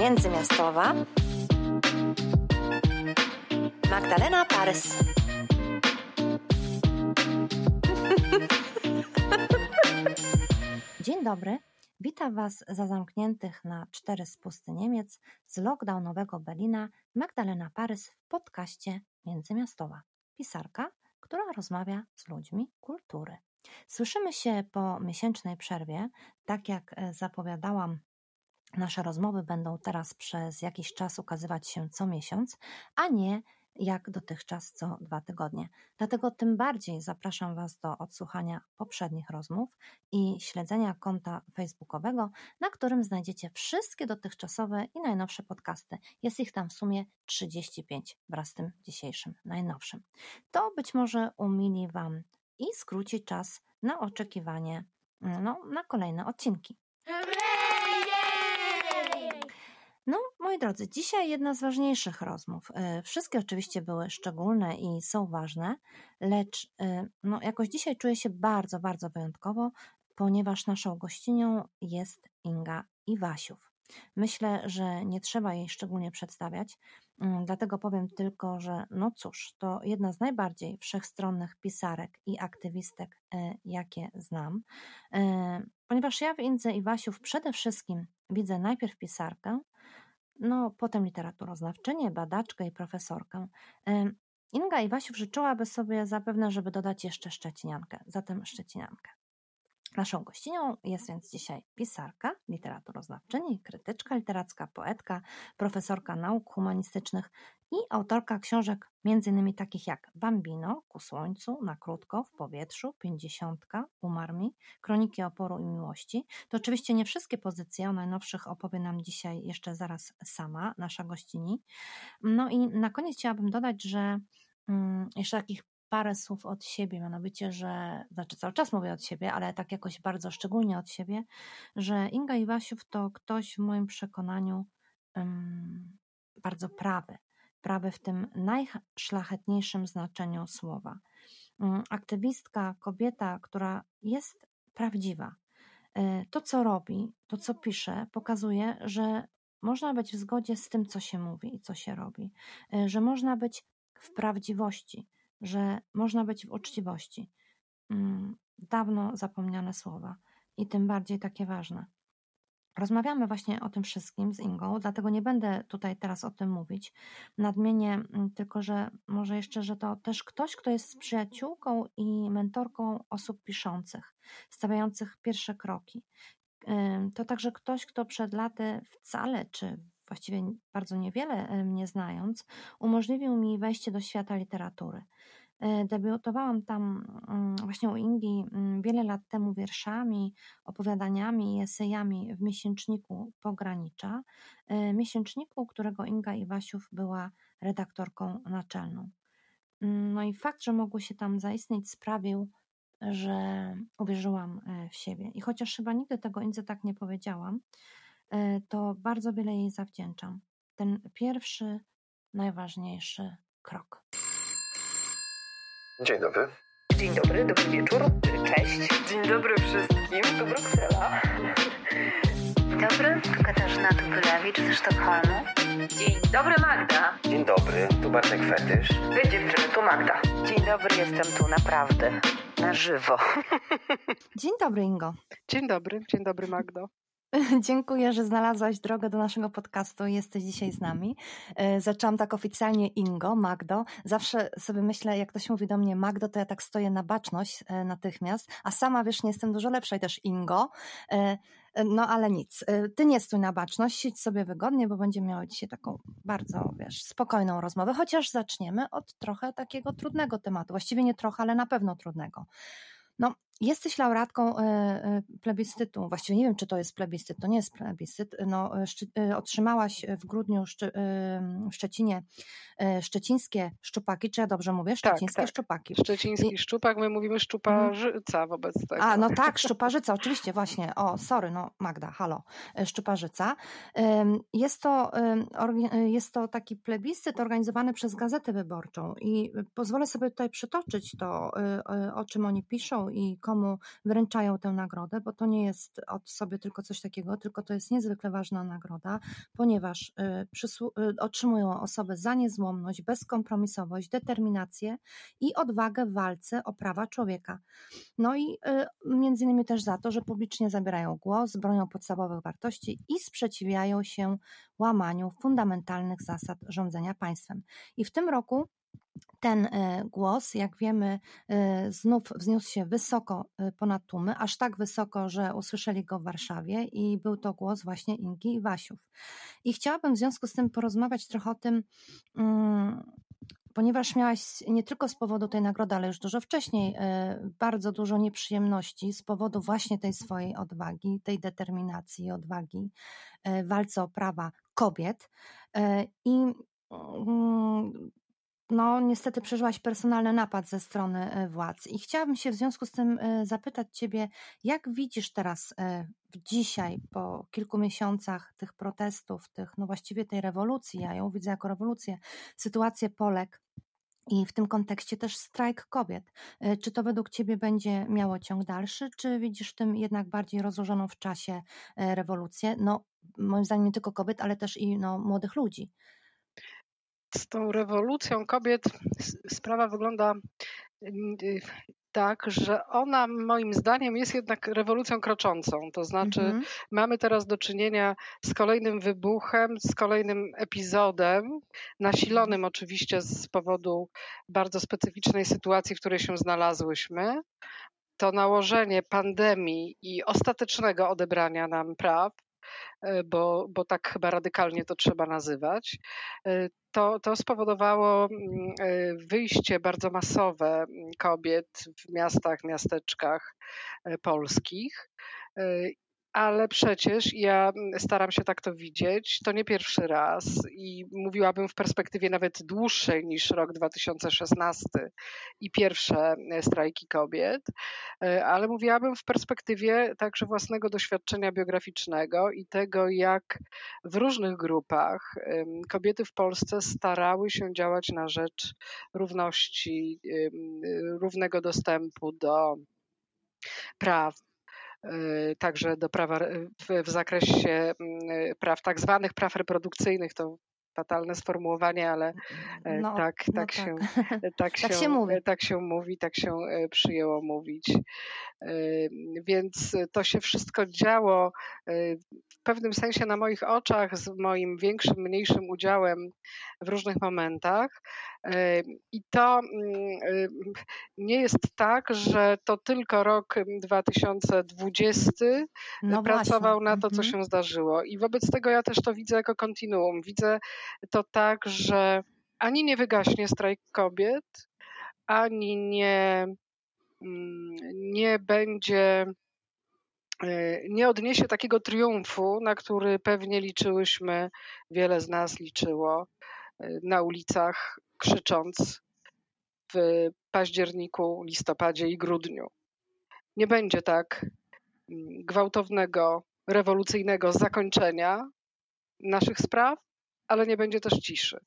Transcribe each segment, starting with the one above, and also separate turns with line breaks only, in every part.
międzymiastowa Magdalena Parys. Dzień dobry, witam Was za zamkniętych na 4 spusty Niemiec z lockdownowego Berlina Magdalena Parys w podcaście Międzymiastowa. Pisarka, która rozmawia z ludźmi kultury. Słyszymy się po miesięcznej przerwie, tak jak zapowiadałam. Nasze rozmowy będą teraz przez jakiś czas ukazywać się co miesiąc, a nie jak dotychczas co 2 tygodnie. Dlatego tym bardziej zapraszam Was do odsłuchania poprzednich rozmów i śledzenia konta facebookowego, na którym znajdziecie wszystkie dotychczasowe i najnowsze podcasty. Jest ich tam w sumie 35 wraz z tym dzisiejszym, najnowszym. To być może umili Wam i skróci czas na oczekiwanie na kolejne odcinki. No, moi drodzy, dzisiaj jedna z ważniejszych rozmów. Wszystkie oczywiście były szczególne i są ważne, lecz jakoś dzisiaj czuję się bardzo, bardzo wyjątkowo, ponieważ naszą gościnią jest Inga Iwasiów. Myślę, że nie trzeba jej szczególnie przedstawiać, dlatego powiem tylko, że no cóż, to jedna z najbardziej wszechstronnych pisarek i aktywistek, jakie znam, ponieważ ja w Indze Iwasiów przede wszystkim widzę najpierw pisarkę, potem literaturoznawczynię, badaczkę i profesorkę. Inga Iwasiów życzyłaby sobie zapewne, żeby dodać jeszcze szczeciniankę, zatem szczeciniankę. Naszą gościnią jest więc dzisiaj pisarka, literaturoznawczyni, krytyczka literacka, poetka, profesorka nauk humanistycznych i autorka książek m.in. takich jak Bambino, Ku słońcu, Na krótko, W powietrzu, 50, Umarł mi, Kroniki oporu i miłości. To oczywiście nie wszystkie pozycje, o najnowszych opowie nam dzisiaj jeszcze zaraz sama, nasza gościni. No i na koniec chciałabym dodać, że jeszcze takich parę słów od siebie, mianowicie, cały czas mówię od siebie, ale tak jakoś bardzo szczególnie od siebie, że Inga Iwasiów to ktoś w moim przekonaniu bardzo prawy w tym najszlachetniejszym znaczeniu słowa. Aktywistka, kobieta, która jest prawdziwa. To, co robi, to, co pisze, pokazuje, że można być w zgodzie z tym, co się mówi i co się robi, że można być w prawdziwości, że można być w uczciwości. Dawno zapomniane słowa i tym bardziej takie ważne. Rozmawiamy właśnie o tym wszystkim z Ingą, dlatego nie będę tutaj teraz o tym mówić. Nadmienię tylko, że może jeszcze, że to też ktoś, kto jest przyjaciółką i mentorką osób piszących, stawiających pierwsze kroki. To także ktoś, kto przed laty wcale, czy właściwie bardzo niewiele mnie znając, umożliwił mi wejście do świata literatury. Debiutowałam tam właśnie u Ingi wiele lat temu wierszami, opowiadaniami i esejami w miesięczniku Pogranicza, miesięczniku, którego Inga Iwasiów była redaktorką naczelną. No i fakt, że mogło się tam zaistnieć, sprawił, że uwierzyłam w siebie. I chociaż chyba nigdy tego Indze tak nie powiedziałam, to bardzo wiele jej zawdzięczam. Ten pierwszy, najważniejszy krok.
Dzień dobry.
Dzień dobry, dobry wieczór, cześć.
Dzień dobry wszystkim,
To Bruksela.
Dzień dobry, tu Katarzyna Tupylewicz ze Sztokholmu.
Dzień dobry, Magda.
Dzień dobry, tu Bartek Fetysz.
Wy dziewczyny, tu Magda.
Dzień dobry, jestem tu naprawdę, na żywo.
Dzień dobry, Ingo.
Dzień dobry Magdo.
Dziękuję, że znalazłaś drogę do naszego podcastu i jesteś dzisiaj z nami. Zaczęłam tak oficjalnie Ingo, Magdo. Zawsze sobie myślę, jak ktoś mówi do mnie Magdo, to ja tak stoję na baczność natychmiast, a sama wiesz, nie jestem dużo lepsza i też Ingo. No ale nic, ty nie stój na baczność, siedź sobie wygodnie, bo będziemy miały dzisiaj taką bardzo, spokojną rozmowę, chociaż zaczniemy od trochę takiego trudnego tematu, właściwie nie trochę, ale na pewno trudnego. Jesteś laureatką plebiscytu, właściwie nie wiem, czy to jest plebiscyt, to nie jest plebiscyt, otrzymałaś w grudniu w Szczecinie szczecińskie szczupaki, czy ja dobrze mówię? Szczecińskie
tak.
szczupaki.
Szczeciński szczupak, my mówimy szczuparzyca wobec tego.
A, no tak, szczuparzyca, oczywiście, właśnie. Magda, halo, szczuparzyca. Jest to taki plebiscyt organizowany przez Gazetę Wyborczą i pozwolę sobie tutaj przytoczyć to, o czym oni piszą i komu wręczają tę nagrodę, bo to nie jest od sobie tylko coś takiego, tylko to jest niezwykle ważna nagroda, ponieważ otrzymują osoby za niezłomność, bezkompromisowość, determinację i odwagę w walce o prawa człowieka. No i między innymi też za to, że publicznie zabierają głos, bronią podstawowych wartości i sprzeciwiają się łamaniu fundamentalnych zasad rządzenia państwem. I w tym roku ten głos, jak wiemy, znów wzniósł się wysoko ponad tłumy, aż tak wysoko, że usłyszeli go w Warszawie i był to głos właśnie Ingi i Wasiów. I chciałabym w związku z tym porozmawiać trochę o tym, ponieważ miałaś nie tylko z powodu tej nagrody, ale już dużo wcześniej bardzo dużo nieprzyjemności z powodu właśnie tej swojej odwagi, tej determinacji i odwagi w walce o prawa kobiet. I no, niestety przeżyłaś personalny napad ze strony władz. I chciałabym się w związku z tym zapytać Ciebie, jak widzisz teraz dzisiaj, po kilku miesiącach tych protestów, no właściwie tej rewolucji, ja ją widzę jako rewolucję, sytuację Polek i w tym kontekście też strajk kobiet. Czy to według Ciebie będzie miało ciąg dalszy, czy widzisz w tym jednak bardziej rozłożoną w czasie rewolucję? No, moim zdaniem nie tylko kobiet, ale też i młodych ludzi.
Z tą rewolucją kobiet sprawa wygląda tak, że ona moim zdaniem jest jednak rewolucją kroczącą. To znaczy mamy teraz do czynienia z kolejnym wybuchem, z kolejnym epizodem, nasilonym oczywiście z powodu bardzo specyficznej sytuacji, w której się znalazłyśmy. To nałożenie pandemii i ostatecznego odebrania nam praw, bo tak chyba radykalnie to trzeba nazywać, to spowodowało wyjście bardzo masowe kobiet w miastach, miasteczkach polskich. Ale przecież ja staram się tak to widzieć, to nie pierwszy raz i mówiłabym w perspektywie nawet dłuższej niż rok 2016 i pierwsze strajki kobiet, ale mówiłabym w perspektywie także własnego doświadczenia biograficznego i tego, jak w różnych grupach kobiety w Polsce starały się działać na rzecz równości, równego dostępu do praw, także do prawa w zakresie praw, tak zwanych praw reprodukcyjnych, to fatalne sformułowanie, ale tak się mówi, tak się przyjęło mówić. Więc to się wszystko działo w pewnym sensie na moich oczach, z moim większym, mniejszym udziałem w różnych momentach. I to nie jest tak, że to tylko rok 2020 pracował na to, co się zdarzyło. I wobec tego ja też to widzę jako kontinuum. Widzę to tak, że ani nie wygaśnie strajk kobiet, ani nie odniesie takiego triumfu, na który pewnie liczyłyśmy, wiele z nas liczyło na ulicach, krzycząc w październiku, listopadzie i grudniu. Nie będzie tak gwałtownego, rewolucyjnego zakończenia naszych spraw, ale nie będzie też ciszy.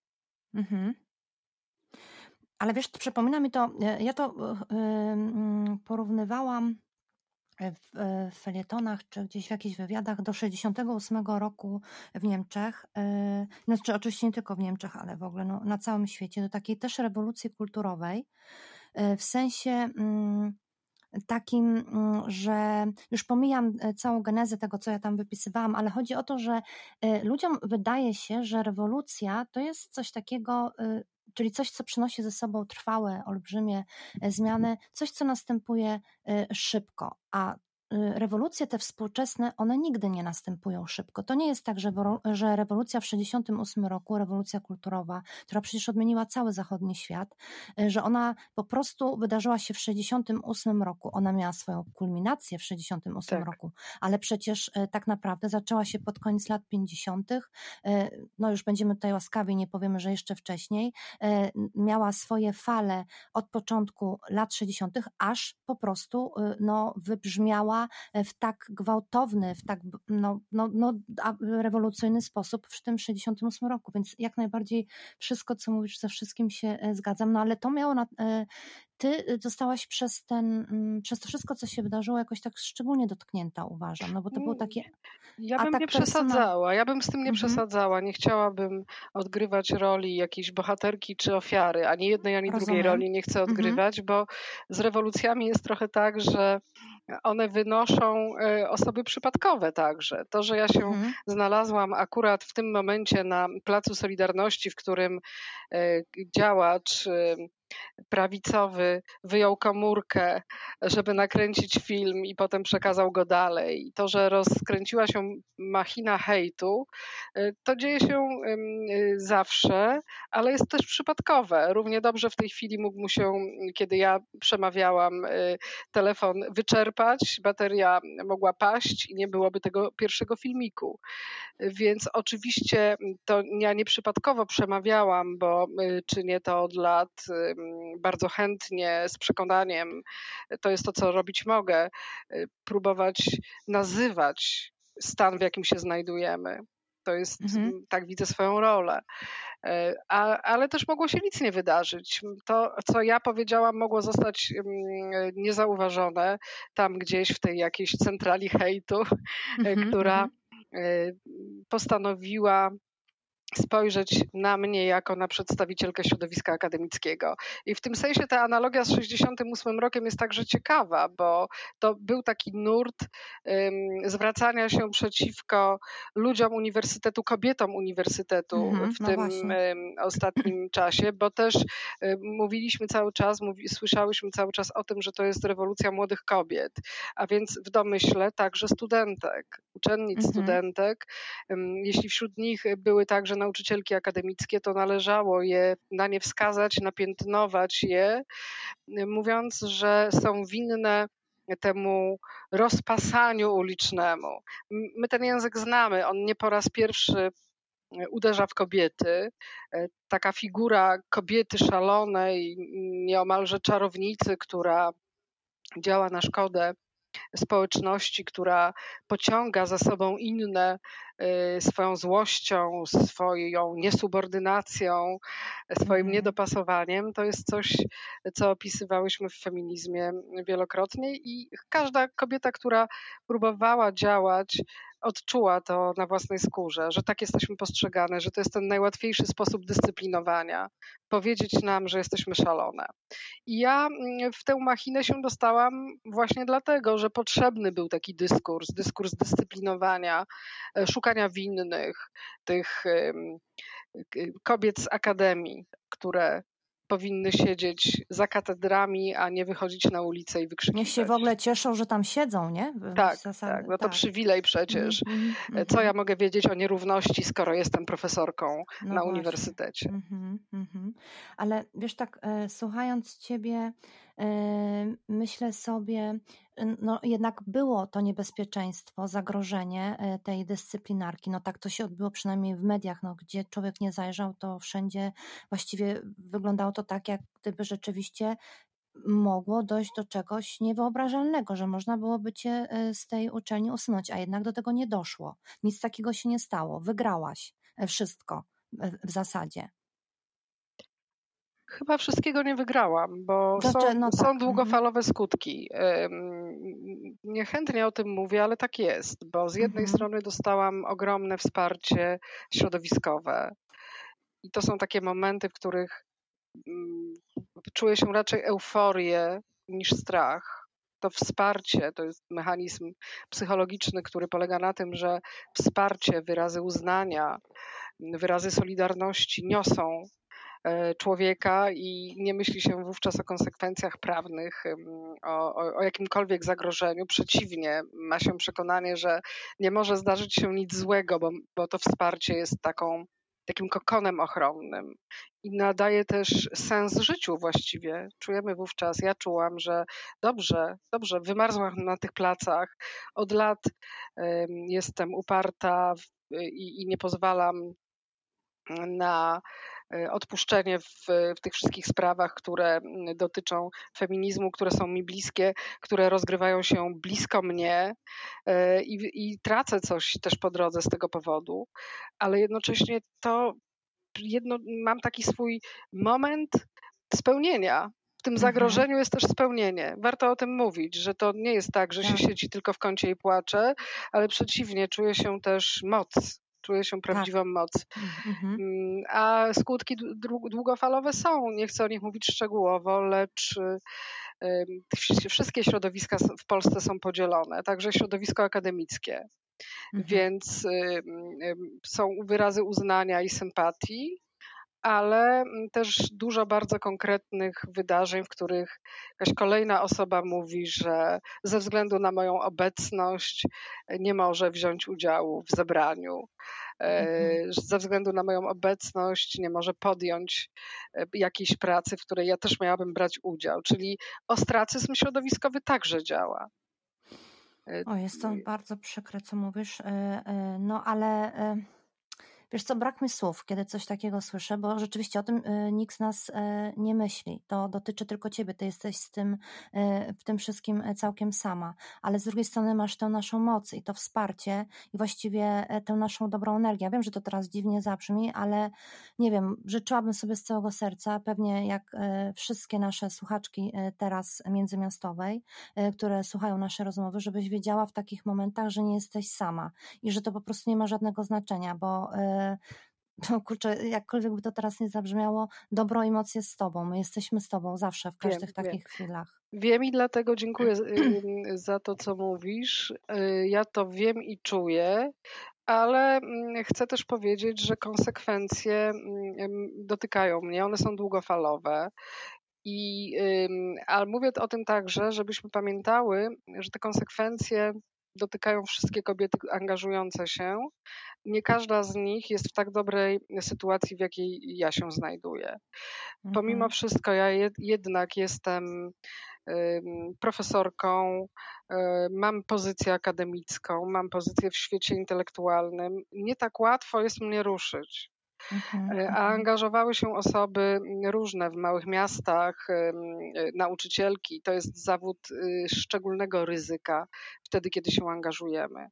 Ale wiesz, przypomina mi to, ja to porównywałam w felietonach czy gdzieś w jakichś wywiadach do 1968 roku w Niemczech, znaczy oczywiście nie tylko w Niemczech, ale w ogóle na całym świecie, do takiej też rewolucji kulturowej, w sensie takim, że już pomijam całą genezę tego, co ja tam wypisywałam, ale chodzi o to, że ludziom wydaje się, że rewolucja to jest coś takiego, czyli coś, co przynosi ze sobą trwałe, olbrzymie zmiany, coś, co następuje szybko, a rewolucje te współczesne, one nigdy nie następują szybko. To nie jest tak, że rewolucja w 1968 roku, rewolucja kulturowa, która przecież odmieniła cały zachodni świat, że ona po prostu wydarzyła się w 1968 roku. Ona miała swoją kulminację w 1968 roku, ale przecież tak naprawdę zaczęła się pod koniec lat 50. No już będziemy tutaj łaskawi, nie powiemy, że jeszcze wcześniej. Miała swoje fale od początku lat 60., aż po prostu wybrzmiała działała w tak gwałtowny, w tak rewolucyjny sposób w tym 68 roku, więc jak najbardziej wszystko, co mówisz, ze wszystkim się zgadzam, no ale to miało ty zostałaś przez to wszystko, co się wydarzyło, jakoś tak szczególnie dotknięta, uważam, no bo to było takie
Ja bym
atak
nie
personalny.
przesadzała, ja bym z tym nie przesadzała. Nie chciałabym odgrywać roli jakiejś bohaterki czy ofiary. Ani jednej, ani drugiej roli nie chcę odgrywać, bo z rewolucjami jest trochę tak, że one wynoszą osoby przypadkowe także. To, że ja się znalazłam akurat w tym momencie na Placu Solidarności, w którym działacz prawicowy wyjął komórkę, żeby nakręcić film i potem przekazał go dalej. I to, że rozkręciła się machina hejtu, to dzieje się zawsze, ale jest też przypadkowe. Równie dobrze w tej chwili mógł mu się, kiedy ja przemawiałam, telefon wyczerpać, bateria mogła paść i nie byłoby tego pierwszego filmiku. Więc oczywiście to ja nieprzypadkowo przemawiałam, bo czynię to od lat bardzo chętnie, z przekonaniem. To jest to, co robić mogę. Próbować nazywać stan, w jakim się znajdujemy. To jest, tak widzę swoją rolę. Ale też mogło się nic nie wydarzyć. To, co ja powiedziałam, mogło zostać niezauważone tam gdzieś w tej jakiejś centrali hejtu, która postanowiła spojrzeć na mnie jako na przedstawicielkę środowiska akademickiego. I w tym sensie ta analogia z 68 rokiem jest także ciekawa, bo to był taki nurt zwracania się przeciwko ludziom uniwersytetu, kobietom uniwersytetu w tym ostatnim czasie, bo też mówiliśmy cały czas, słyszałyśmy cały czas o tym, że to jest rewolucja młodych kobiet, a więc w domyśle także studentek, uczennic, studentek. Jeśli wśród nich były także nauczycielki akademickie, to należało na nie wskazać, napiętnować je, mówiąc, że są winne temu rozpasaniu ulicznemu. My ten język znamy, on nie po raz pierwszy uderza w kobiety. Taka figura kobiety szalonej, nieomalże czarownicy, która działa na szkodę społeczności, która pociąga za sobą inne swoją złością, swoją niesubordynacją, swoim niedopasowaniem. To jest coś, co opisywałyśmy w feminizmie wielokrotnie i każda kobieta, która próbowała działać, odczuła to na własnej skórze, że tak jesteśmy postrzegane, że to jest ten najłatwiejszy sposób dyscyplinowania. Powiedzieć nam, że jesteśmy szalone. I ja w tę machinę się dostałam właśnie dlatego, że potrzebny był taki dyskurs dyscyplinowania, szukania winnych, tych kobiet z akademii, które powinny siedzieć za katedrami, a nie wychodzić na ulicę i wykrzykiwać.
Niech się w ogóle cieszą, że tam siedzą, nie?
Tak. No to przywilej przecież. Co ja mogę wiedzieć o nierówności, skoro jestem profesorką na uniwersytecie?
Ale wiesz, tak słuchając ciebie, myślę sobie, no jednak było to niebezpieczeństwo, zagrożenie tej dyscyplinarki. No tak to się odbyło przynajmniej w mediach, no, gdzie człowiek nie zajrzał, to wszędzie właściwie wyglądało to tak, jak gdyby rzeczywiście mogło dojść do czegoś niewyobrażalnego, że można byłoby cię z tej uczelni usunąć, a jednak do tego nie doszło. Nic takiego się nie stało. Wygrałaś wszystko w zasadzie.
Chyba wszystkiego nie wygrałam, bo są długofalowe skutki. Niechętnie o tym mówię, ale tak jest, bo z jednej strony dostałam ogromne wsparcie środowiskowe i to są takie momenty, w których czuję się raczej euforię niż strach. To wsparcie to jest mechanizm psychologiczny, który polega na tym, że wsparcie, wyrazy uznania, wyrazy solidarności niosą człowieka i nie myśli się wówczas o konsekwencjach prawnych, o jakimkolwiek zagrożeniu. Przeciwnie, ma się przekonanie, że nie może zdarzyć się nic złego, bo to wsparcie jest takim kokonem ochronnym i nadaje też sens życiu właściwie. Czujemy wówczas, ja czułam, że dobrze, wymarzłam na tych placach. Od lat jestem uparta i nie pozwalam na odpuszczenie w tych wszystkich sprawach, które dotyczą feminizmu, które są mi bliskie, które rozgrywają się blisko mnie i tracę coś też po drodze z tego powodu, ale jednocześnie mam taki swój moment spełnienia. W tym zagrożeniu jest też spełnienie. Warto o tym mówić, że to nie jest tak, że się siedzi tylko w kącie i płacze, ale przeciwnie, czuje się też moc. Czuje się prawdziwą moc. A skutki długofalowe są. Nie chcę o nich mówić szczegółowo, lecz wszystkie środowiska w Polsce są podzielone, także środowisko akademickie. Więc są wyrazy uznania i sympatii, ale też dużo bardzo konkretnych wydarzeń, w których jakaś kolejna osoba mówi, że ze względu na moją obecność nie może wziąć udziału w zebraniu. Ze względu na moją obecność nie może podjąć jakiejś pracy, w której ja też miałabym brać udział. Czyli ostracyzm środowiskowy także działa.
Jest to bardzo przykre, co mówisz, no ale wiesz co, brak mi słów, kiedy coś takiego słyszę, bo rzeczywiście o tym nikt z nas nie myśli. To dotyczy tylko ciebie, ty jesteś w tym wszystkim całkiem sama, ale z drugiej strony masz tę naszą moc i to wsparcie i właściwie tę naszą dobrą energię. Ja wiem, że to teraz dziwnie zabrzmi, ale nie wiem, życzyłabym sobie z całego serca, pewnie jak wszystkie nasze słuchaczki teraz międzymiastowej, które słuchają naszej rozmowy, żebyś wiedziała w takich momentach, że nie jesteś sama i że to po prostu nie ma żadnego znaczenia, bo no kurczę, jakkolwiek by to teraz nie zabrzmiało, dobro i moc jest z tobą. My jesteśmy z tobą zawsze, w każdych takich chwilach.
Wiem i dlatego dziękuję za to, co mówisz. Ja to wiem i czuję, ale chcę też powiedzieć, że konsekwencje dotykają mnie, one są długofalowe. Ale mówię o tym także, żebyśmy pamiętały, że te konsekwencje dotykają wszystkie kobiety angażujące się. Nie każda z nich jest w tak dobrej sytuacji, w jakiej ja się znajduję. Pomimo wszystko ja jednak jestem profesorką, mam pozycję akademicką, mam pozycję w świecie intelektualnym. Nie tak łatwo jest mnie ruszyć. A angażowały się osoby różne w małych miastach, nauczycielki. To jest zawód szczególnego ryzyka wtedy, kiedy się angażujemy.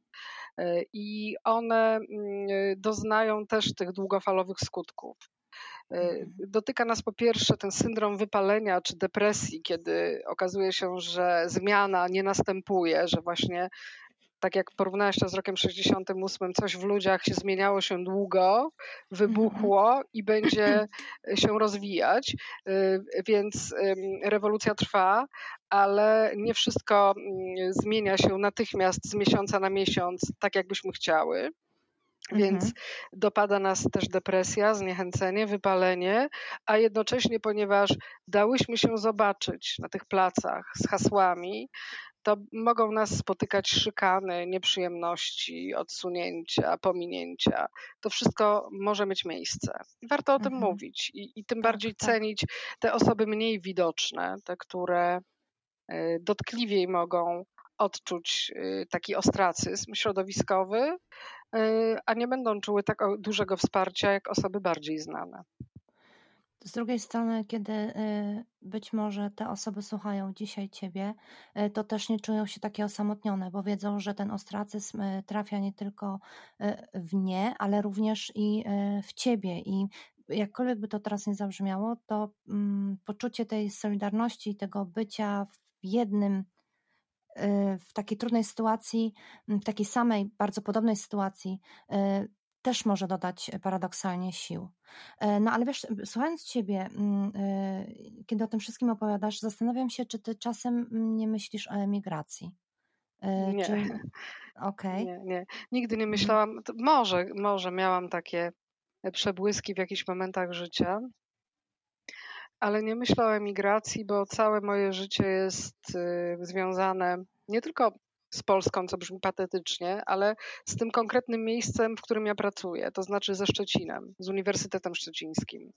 I one doznają też tych długofalowych skutków. Dotyka nas po pierwsze ten syndrom wypalenia czy depresji, kiedy okazuje się, że zmiana nie następuje, że właśnie tak jak porównałaś to z rokiem 68, coś w ludziach się zmieniało się długo, wybuchło i będzie się rozwijać, więc rewolucja trwa, ale nie wszystko zmienia się natychmiast z miesiąca na miesiąc, tak jakbyśmy chciały. Więc dopada nas też depresja, zniechęcenie, wypalenie, a jednocześnie, ponieważ dałyśmy się zobaczyć na tych placach z hasłami, to mogą nas spotykać szykany, nieprzyjemności, odsunięcia, pominięcia. To wszystko może mieć miejsce. Warto o tym mówić i tym bardziej cenić te osoby mniej widoczne, te, które dotkliwiej mogą odczuć taki ostracyzm środowiskowy, a nie będą czuły tak dużego wsparcia jak osoby bardziej znane.
Z drugiej strony, kiedy być może te osoby słuchają dzisiaj ciebie, to też nie czują się takie osamotnione, bo wiedzą, że ten ostracyzm trafia nie tylko w nie, ale również i w ciebie. I jakkolwiek by to teraz nie zabrzmiało, to poczucie tej solidarności i tego bycia w jednym, w takiej trudnej sytuacji, w takiej samej, bardzo podobnej sytuacji, też może dodać paradoksalnie sił. No ale wiesz, słuchając ciebie, kiedy o tym wszystkim opowiadasz, zastanawiam się, czy ty czasem nie myślisz o emigracji.
Nie.
Okej.
Nie. Nigdy nie myślałam, może miałam takie przebłyski w jakichś momentach życia, ale nie myślę o emigracji, bo całe moje życie jest związane nie tylko z Polską, co brzmi patetycznie, ale z tym konkretnym miejscem, w którym ja pracuję, to znaczy ze Szczecinem, z Uniwersytetem Szczecińskim.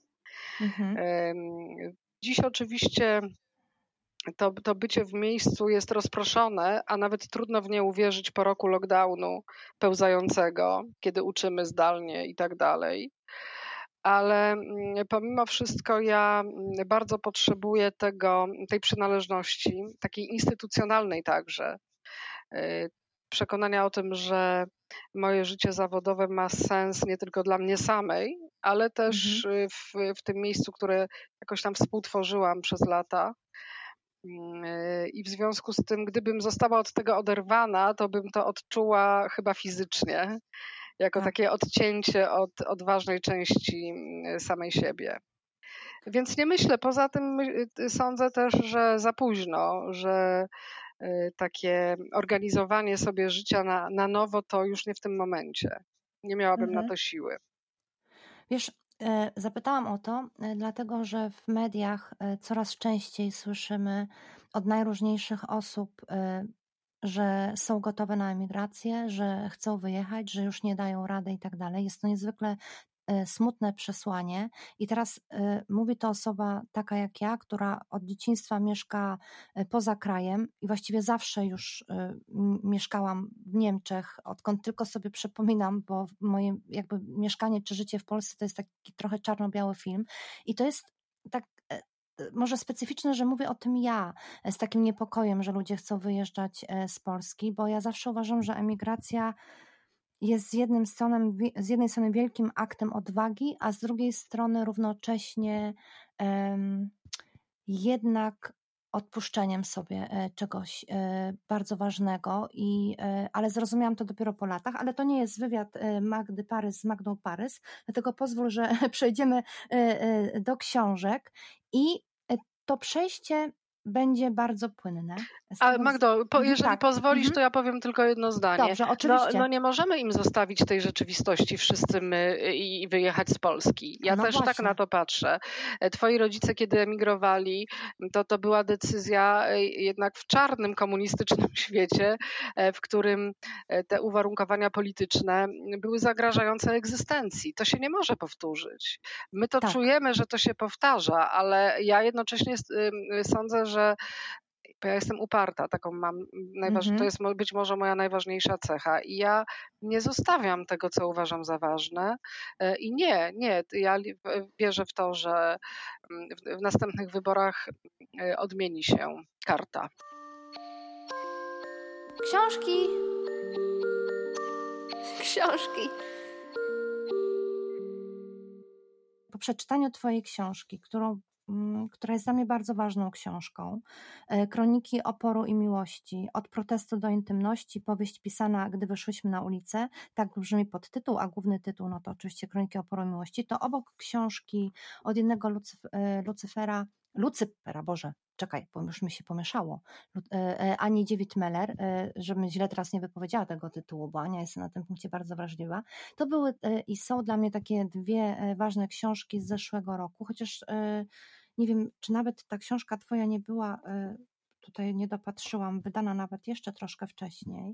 Dziś oczywiście to bycie w miejscu jest rozproszone, a nawet trudno w nie uwierzyć po roku lockdownu pełzającego, kiedy uczymy zdalnie i tak dalej. ale pomimo wszystko ja bardzo potrzebuję tej przynależności, takiej instytucjonalnej także. Przekonania o tym, że moje życie zawodowe ma sens nie tylko dla mnie samej, ale też w tym miejscu, które jakoś tam współtworzyłam przez lata. I w związku z tym, gdybym została od tego oderwana, to bym to odczuła chyba fizycznie, jako takie odcięcie od ważnej części samej siebie. Więc nie myślę, poza tym sądzę też, że za późno, że takie organizowanie sobie życia na nowo to już nie w tym momencie. Nie miałabym na to siły.
Wiesz, zapytałam o to, dlatego że w mediach coraz częściej słyszymy od najróżniejszych osób, że są gotowe na emigrację, że chcą wyjechać, że już nie dają rady i tak dalej. Jest to niezwykle smutne przesłanie. I teraz mówi to osoba taka jak ja, która od dzieciństwa mieszka poza krajem i właściwie zawsze już mieszkałam w Niemczech, odkąd tylko sobie przypominam, bo moje jakby mieszkanie czy życie w Polsce to jest taki trochę czarno-biały film. I to jest tak może specyficzne, że mówię o tym ja z takim niepokojem, że ludzie chcą wyjeżdżać z Polski, bo ja zawsze uważam, że emigracja jest z jednej strony wielkim aktem odwagi, a z drugiej strony równocześnie jednak odpuszczeniem sobie czegoś bardzo ważnego, ale zrozumiałam to dopiero po latach, ale to nie jest wywiad Magdy Parys z Magdą Parys, dlatego pozwól, że przejdziemy do książek i to przejście będzie bardzo płynne.
Ale Magdo, jeżeli pozwolisz, to ja powiem tylko jedno zdanie.
Dobrze, oczywiście.
No nie możemy im zostawić tej rzeczywistości wszyscy my i wyjechać z Polski. Ja też
właśnie.
tak na to patrzę. Twoi rodzice, kiedy emigrowali, to była decyzja jednak w czarnym komunistycznym świecie, w którym te uwarunkowania polityczne były zagrażające egzystencji. To się nie może powtórzyć. My to czujemy, że to się powtarza, ale ja jednocześnie sądzę, że ja jestem uparta, taką mam, to jest być może moja najważniejsza cecha i ja nie zostawiam tego, co uważam za ważne i nie, ja wierzę w to, że w następnych wyborach odmieni się karta.
Książki. Po przeczytaniu twojej książki, która jest dla mnie bardzo ważną książką. Kroniki oporu i miłości. Od protestu do intymności. Powieść pisana, gdy wyszłyśmy na ulicę. Tak brzmi podtytuł, a główny tytuł to oczywiście Kroniki oporu i miłości. To obok książki od jednego Lucypera, Boże, czekaj, bo już mi się pomieszało. Ani Dziewit-Meller, żebym źle teraz nie wypowiedziała tego tytułu, bo Ania jest na tym punkcie bardzo wrażliwa. To były i są dla mnie takie dwie ważne książki z zeszłego roku, chociaż nie wiem, czy nawet ta książka twoja nie była, tutaj nie dopatrzyłam, wydana nawet jeszcze troszkę wcześniej.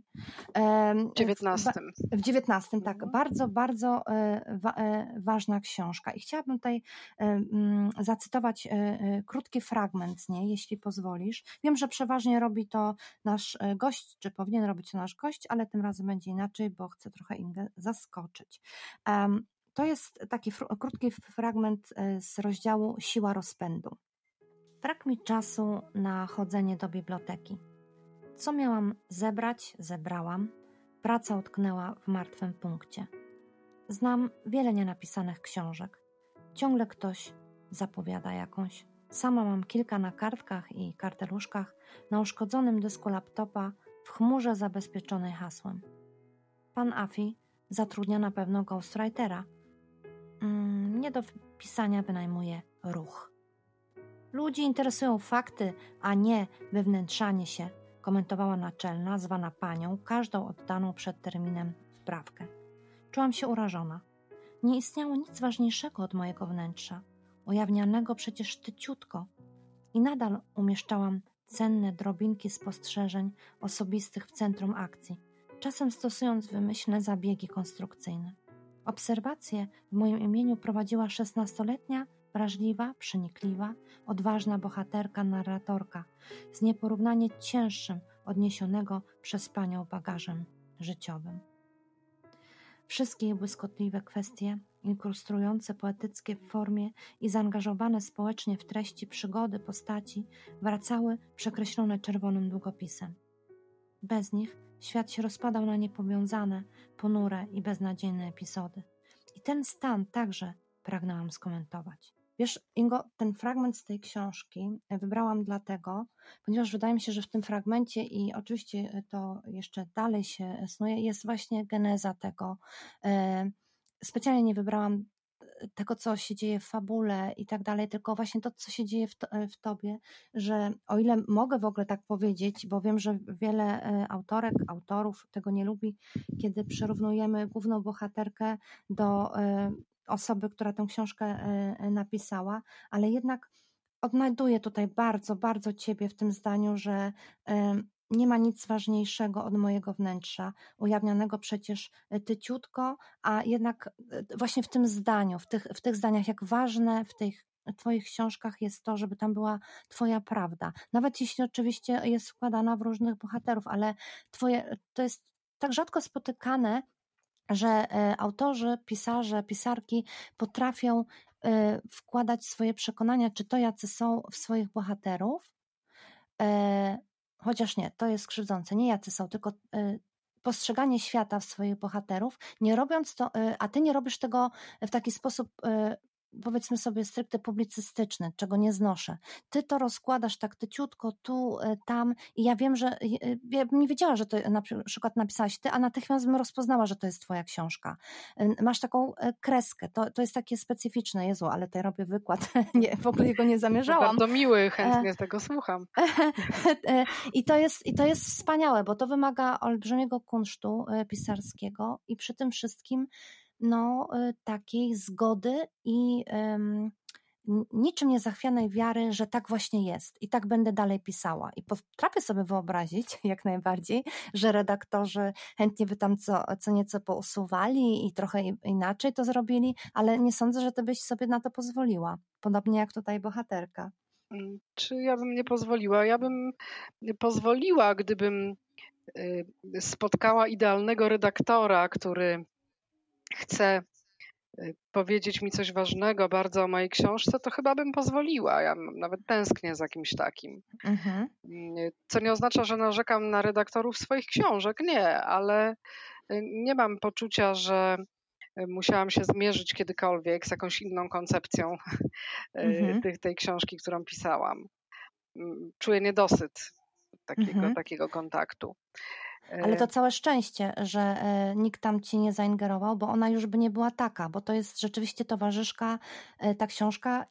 W 19, tak. Bardzo, bardzo ważna książka. I chciałabym tutaj zacytować krótki fragment z niej, jeśli pozwolisz. Wiem, że przeważnie robi to nasz gość, czy powinien robić to nasz gość, ale tym razem będzie inaczej, bo chcę trochę Ingę zaskoczyć. To jest taki krótki fragment z rozdziału Siła rozpędu. Brak mi czasu na chodzenie do biblioteki. Co miałam zebrać, zebrałam. Praca utknęła w martwym punkcie. Znam wiele nienapisanych książek. Ciągle ktoś zapowiada jakąś. Sama mam kilka na kartkach i karteluszkach, na uszkodzonym dysku laptopa, w chmurze zabezpieczonej hasłem. Pan Afi zatrudnia na pewno ghostwritera. Nie do pisania wynajmuje ruch. Ludzi interesują fakty, a nie wywnętrzanie się, komentowała naczelna, zwana panią, każdą oddaną przed terminem wprawkę. Czułam się urażona. Nie istniało nic ważniejszego od mojego wnętrza, ujawnianego przecież tyciutko, i nadal umieszczałam cenne drobinki spostrzeżeń osobistych w centrum akcji, czasem stosując wymyślne zabiegi konstrukcyjne. Obserwacje w moim imieniu prowadziła 16-letnia, wrażliwa, przenikliwa, odważna bohaterka, narratorka, z nieporównanie cięższym odniesionego przez panią bagażem życiowym. Wszystkie jej błyskotliwe kwestie inkrustujące poetyckie w formie i zaangażowane społecznie w treści przygody postaci wracały przekreślone czerwonym długopisem. Bez nich świat się rozpadał na niepowiązane, ponure i beznadziejne epizody. I ten stan także pragnęłam skomentować. Wiesz, Ingo, ten fragment z tej książki wybrałam dlatego, ponieważ wydaje mi się, że w tym fragmencie i oczywiście to jeszcze dalej się snuje, jest właśnie geneza tego. Specjalnie nie wybrałam tego, co się dzieje w fabule i tak dalej, tylko właśnie to, co się dzieje w tobie, że o ile mogę w ogóle tak powiedzieć, bo wiem, że wiele autorek, autorów tego nie lubi, kiedy przyrównujemy główną bohaterkę do osoby, która tę książkę napisała, ale jednak odnajduję tutaj bardzo, bardzo ciebie w tym zdaniu, że nie ma nic ważniejszego od mojego wnętrza, ujawnianego przecież tyciutko, a jednak właśnie w tym zdaniu, w tych zdaniach, jak ważne w tych twoich książkach jest to, żeby tam była twoja prawda. Nawet jeśli oczywiście jest wkładana w różnych bohaterów, ale to jest tak rzadko spotykane, że autorzy, pisarze, pisarki potrafią wkładać swoje przekonania, czy to jacy są w swoich bohaterów, chociaż nie, to jest krzywdzące, nie jacy są, tylko postrzeganie świata w swoich bohaterów, nie robiąc to, a ty nie robisz tego w taki sposób, powiedzmy sobie stricte publicystyczny, czego nie znoszę. Ty to rozkładasz tak tyciutko, tu, tam i ja wiem, że ja bym nie wiedziała, że to na przykład napisałaś ty, a natychmiast bym rozpoznała, że to jest twoja książka. Masz taką kreskę, to jest takie specyficzne, Jezu, ale tutaj robię wykład, nie, w ogóle jego nie zamierzałam.
Bardzo miły, chętnie z tego słucham.
I to jest wspaniałe, bo to wymaga olbrzymiego kunsztu pisarskiego i przy tym wszystkim takiej zgody i niczym niezachwianej wiary, że tak właśnie jest i tak będę dalej pisała. I potrafię sobie wyobrazić jak najbardziej, że redaktorzy chętnie by tam co nieco pousuwali i trochę inaczej to zrobili, ale nie sądzę, że ty byś sobie na to pozwoliła. Podobnie jak tutaj bohaterka.
Czy ja bym nie pozwoliła? Ja bym pozwoliła, gdybym spotkała idealnego redaktora, który chce powiedzieć mi coś ważnego bardzo o mojej książce, to chyba bym pozwoliła. Ja nawet tęsknię za kimś takim.
Mhm.
Co nie oznacza, że narzekam na redaktorów swoich książek. Nie, ale nie mam poczucia, że musiałam się zmierzyć kiedykolwiek z jakąś inną koncepcją tej książki, którą pisałam. Czuję niedosyt takiego kontaktu.
Ale to całe szczęście, że nikt tam ci nie zaingerował, bo ona już by nie była taka, bo to jest rzeczywiście towarzyszka, ta książka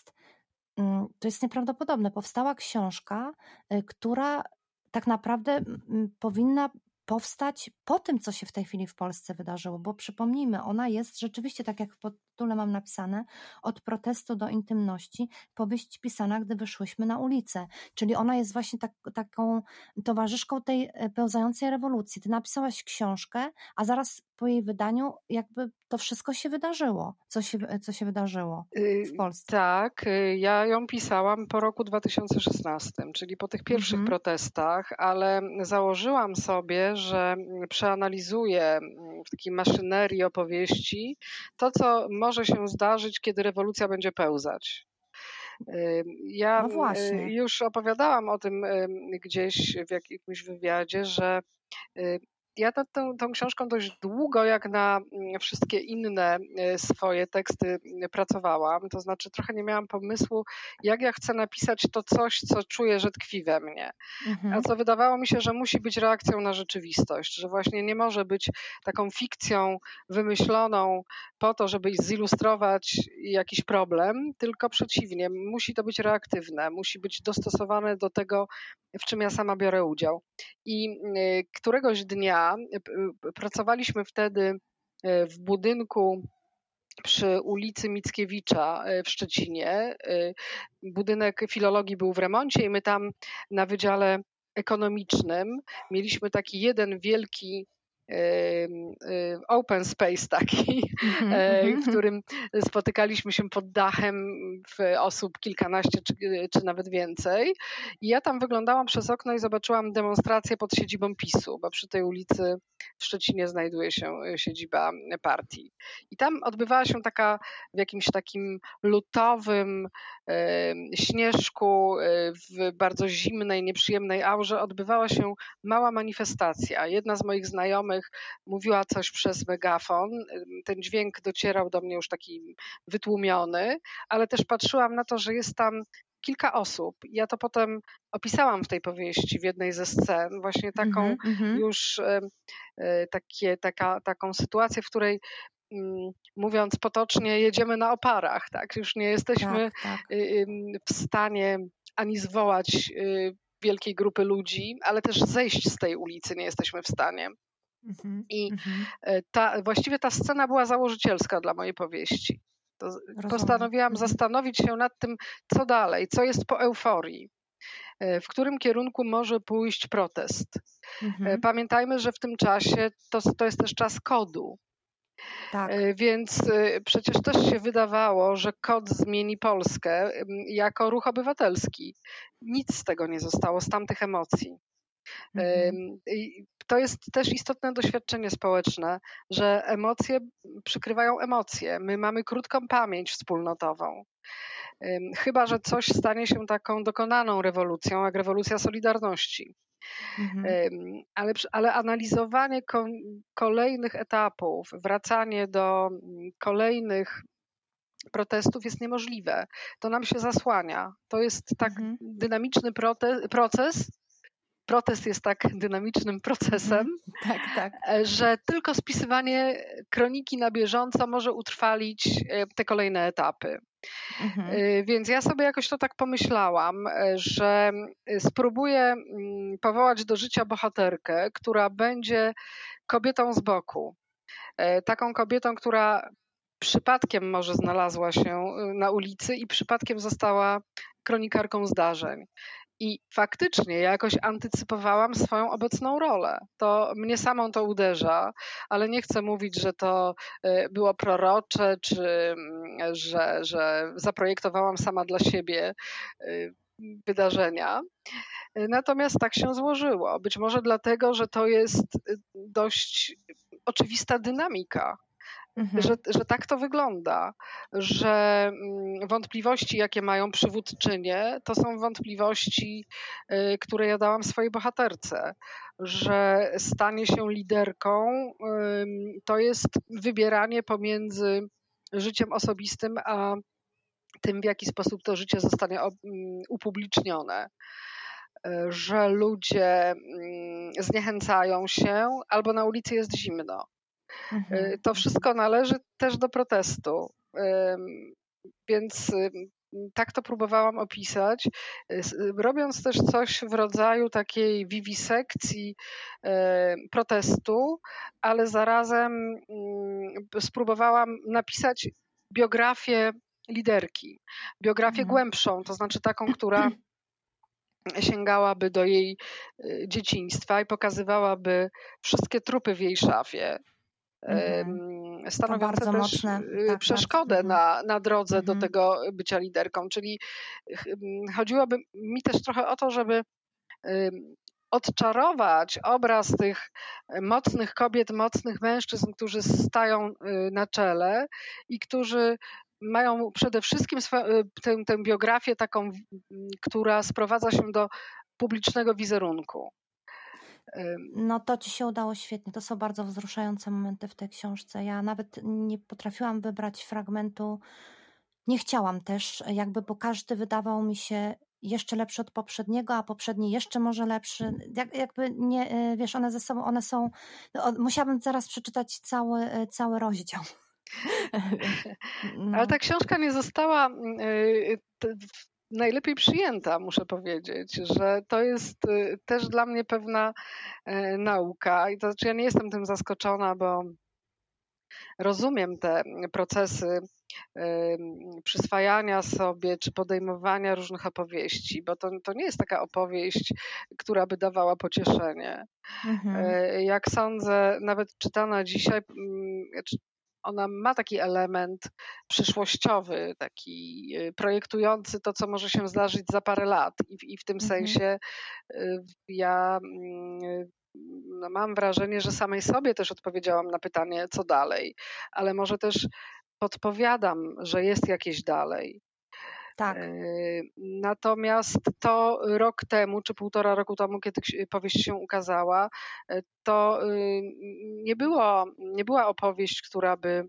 to jest nieprawdopodobne. Powstała książka, która tak naprawdę powinna powstać po tym, co się w tej chwili w Polsce wydarzyło, bo przypomnijmy, ona jest rzeczywiście, tak jak w tytule mam napisane, od protestu do intymności, powieść pisana, gdy wyszłyśmy na ulicę, czyli ona jest właśnie taką towarzyszką tej pełzającej rewolucji. Ty napisałaś książkę, a zaraz po jej wydaniu jakby to wszystko się wydarzyło, co się wydarzyło w Polsce.
Tak, ja ją pisałam po roku 2016, czyli po tych pierwszych protestach, ale założyłam sobie, że przeanalizuję w takiej maszynerii opowieści to, co może się zdarzyć, kiedy rewolucja będzie pełzać. Ja już opowiadałam o tym gdzieś w jakimś wywiadzie, że ja nad tą książką dość długo, jak na wszystkie inne swoje teksty pracowałam, to znaczy trochę nie miałam pomysłu, jak ja chcę napisać to coś, co czuję, że tkwi we mnie. A co wydawało mi się, że musi być reakcją na rzeczywistość, że właśnie nie może być taką fikcją wymyśloną po to, żeby zilustrować jakiś problem, tylko przeciwnie, musi to być reaktywne, musi być dostosowane do tego, w czym ja sama biorę udział. I któregoś dnia pracowaliśmy wtedy w budynku przy ulicy Mickiewicza w Szczecinie. Budynek filologii był w remoncie i my tam na Wydziale Ekonomicznym mieliśmy taki jeden wielki open space taki, w którym spotykaliśmy się pod dachem w osób kilkanaście czy nawet więcej. I ja tam wyglądałam przez okno i zobaczyłam demonstrację pod siedzibą PiS-u, bo przy tej ulicy w Szczecinie znajduje się siedziba partii. I tam odbywała się taka w jakimś takim lutowym śnieżku, w bardzo zimnej, nieprzyjemnej aurze odbywała się mała manifestacja. Jedna z moich znajomych mówiła coś przez megafon. Ten dźwięk docierał do mnie już taki wytłumiony, ale też patrzyłam na to, że jest tam kilka osób. Ja to potem opisałam w tej powieści, w jednej ze scen, właśnie taką już taką sytuację, w której mówiąc potocznie, jedziemy na oparach, tak? Już nie jesteśmy w stanie ani zwołać wielkiej grupy ludzi, ale też zejść z tej ulicy nie jesteśmy w stanie. I właściwie ta scena była założycielska dla mojej powieści. Postanowiłam zastanowić się nad tym, co dalej, co jest po euforii, w którym kierunku może pójść protest. Pamiętajmy, że w tym czasie to jest też czas kodu. Tak. Więc przecież też się wydawało, że KOD zmieni Polskę jako ruch obywatelski. Nic z tego nie zostało, z tamtych emocji. To jest też istotne doświadczenie społeczne, że emocje przykrywają emocje. My mamy krótką pamięć wspólnotową. Chyba że coś stanie się taką dokonaną rewolucją, jak rewolucja Solidarności. Ale analizowanie kolejnych etapów, wracanie do kolejnych protestów jest niemożliwe. To nam się zasłania. To jest tak dynamiczny proces. Protest jest tak dynamicznym procesem, że tylko spisywanie kroniki na bieżąco może utrwalić te kolejne etapy. Więc ja sobie jakoś to tak pomyślałam, że spróbuję powołać do życia bohaterkę, która będzie kobietą z boku. Taką kobietą, która przypadkiem może znalazła się na ulicy i przypadkiem została kronikarką zdarzeń. I faktycznie ja jakoś antycypowałam swoją obecną rolę. To mnie samą to uderza, ale nie chcę mówić, że to było prorocze, czy że zaprojektowałam sama dla siebie wydarzenia. Natomiast tak się złożyło. Być może dlatego, że to jest dość oczywista dynamika. Że tak to wygląda, że wątpliwości, jakie mają przywódczynie, to są wątpliwości, które ja dałam swojej bohaterce, że stanie się liderką to jest wybieranie pomiędzy życiem osobistym, a tym, w jaki sposób to życie zostanie upublicznione. Że ludzie zniechęcają się albo na ulicy jest zimno. To wszystko należy też do protestu, więc tak to próbowałam opisać, robiąc też coś w rodzaju takiej wiwisekcji protestu, ale zarazem spróbowałam napisać biografię liderki, biografię głębszą, to znaczy taką, która sięgałaby do jej dzieciństwa i pokazywałaby wszystkie trupy w jej szafie, stanowiące też mocne, przeszkodę na drodze do tego bycia liderką. Czyli chodziłoby mi też trochę o to, żeby odczarować obraz tych mocnych kobiet, mocnych mężczyzn, którzy stają na czele i którzy mają przede wszystkim tę biografię taką, która sprowadza się do publicznego wizerunku.
No to ci się udało świetnie. To są bardzo wzruszające momenty w tej książce. Ja nawet nie potrafiłam wybrać fragmentu. Nie chciałam też, bo każdy wydawał mi się jeszcze lepszy od poprzedniego, a poprzedni jeszcze może lepszy. Jakby nie, wiesz, one ze sobą, one są... Musiałabym zaraz przeczytać cały rozdział.
No. Ale ta książka nie została najlepiej przyjęta, muszę powiedzieć, że to jest też dla mnie pewna nauka. I to znaczy ja nie jestem tym zaskoczona, bo rozumiem te procesy przyswajania sobie czy podejmowania różnych opowieści, bo to nie jest taka opowieść, która by dawała pocieszenie. Jak sądzę, nawet czytana dzisiaj, ona ma taki element przyszłościowy, taki projektujący to, co może się zdarzyć za parę lat. I w tym sensie ja no mam wrażenie, że samej sobie też odpowiedziałam na pytanie, co dalej, ale może też podpowiadam, że jest jakieś dalej.
Tak.
Natomiast to rok temu, czy 1,5 roku temu, kiedy powieść się ukazała, to nie była opowieść, która by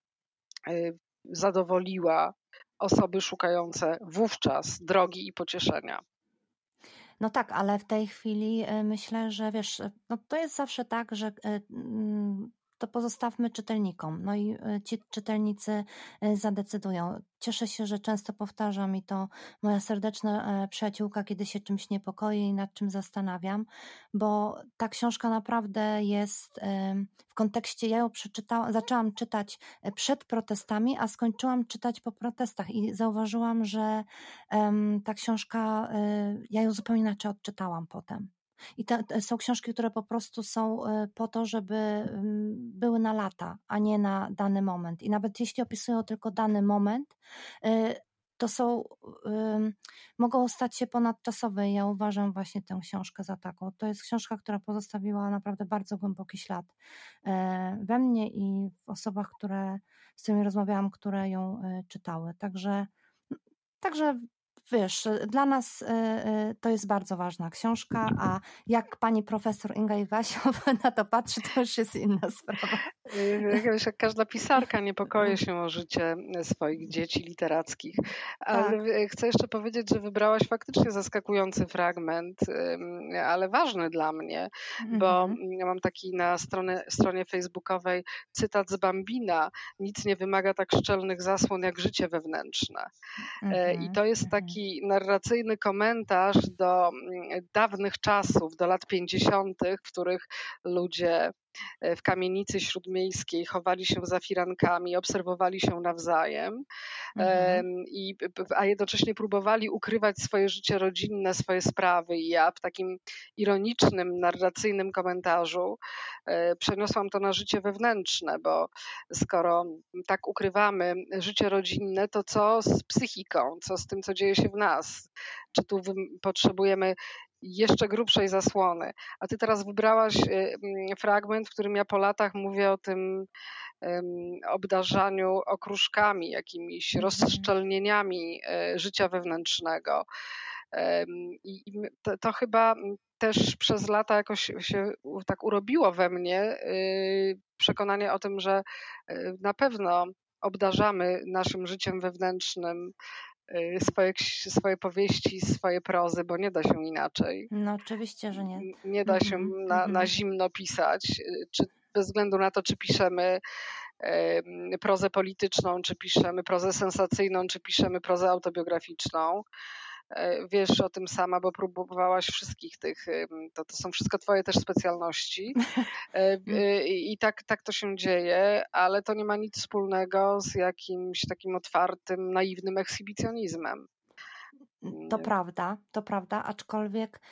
zadowoliła osoby szukające wówczas drogi i pocieszenia.
No tak, ale w tej chwili myślę, że wiesz, no to jest zawsze tak, że to pozostawmy czytelnikom. No i ci czytelnicy zadecydują. Cieszę się, że często powtarzam i to moja serdeczna przyjaciółka, kiedy się czymś niepokoi i nad czym zastanawiam, bo ta książka naprawdę jest w kontekście, ja ją zaczęłam czytać przed protestami, a skończyłam czytać po protestach i zauważyłam, że ta książka, ja ją zupełnie inaczej odczytałam potem. I to są książki, które po prostu są po to, żeby były na lata, a nie na dany moment. I nawet jeśli opisują tylko dany moment, to mogą stać się ponadczasowe. Ja uważam właśnie tę książkę za taką. To jest książka, która pozostawiła naprawdę bardzo głęboki ślad we mnie i w osobach, z którymi rozmawiałam, które ją czytały. Także wiesz, dla nas to jest bardzo ważna książka, a jak pani profesor Inga Iwasiowa na to patrzy, to już jest inna sprawa.
Jak każda pisarka niepokoję się o życie swoich dzieci literackich. Ale tak. Chcę jeszcze powiedzieć, że wybrałaś faktycznie zaskakujący fragment, ale ważny dla mnie, bo ja mam taki na stronie facebookowej cytat z Bambina: nic nie wymaga tak szczelnych zasłon jak życie wewnętrzne. I to jest taki narracyjny komentarz do dawnych czasów, do lat 50., w których ludzie w kamienicy śródmiejskiej chowali się za firankami, obserwowali się nawzajem, a jednocześnie próbowali ukrywać swoje życie rodzinne, swoje sprawy. I ja w takim ironicznym, narracyjnym komentarzu przeniosłam to na życie wewnętrzne, bo skoro tak ukrywamy życie rodzinne, to co z psychiką, co z tym, co dzieje się w nas? Czy tu potrzebujemy jeszcze grubszej zasłony? A ty teraz wybrałaś fragment, w którym ja po latach mówię o tym obdarzaniu okruszkami, jakimiś rozszczelnieniami życia wewnętrznego. I to chyba też przez lata jakoś się tak urobiło we mnie przekonanie o tym, że na pewno obdarzamy naszym życiem wewnętrznym swoje powieści, swoje prozy, bo nie da się inaczej.
No oczywiście, że nie.
Nie da się na zimno pisać, czy bez względu na to, czy piszemy prozę polityczną, czy piszemy prozę sensacyjną, czy piszemy prozę autobiograficzną. Wiesz o tym sama, bo próbowałaś wszystkich tych, to są wszystko twoje też specjalności i tak to się dzieje, ale to nie ma nic wspólnego z jakimś takim otwartym, naiwnym ekshibicjonizmem.
To prawda, aczkolwiek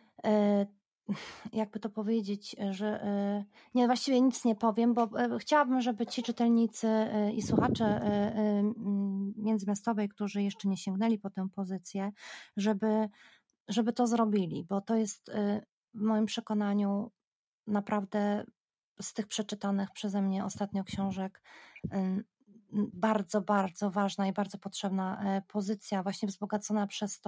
jakby to powiedzieć, że nie, właściwie nic nie powiem, bo chciałabym, żeby ci czytelnicy i słuchacze Międzymiastowej, którzy jeszcze nie sięgnęli po tę pozycję, żeby to zrobili, bo to jest w moim przekonaniu naprawdę z tych przeczytanych przeze mnie ostatnio książek bardzo, bardzo ważna i bardzo potrzebna pozycja, właśnie wzbogacona przez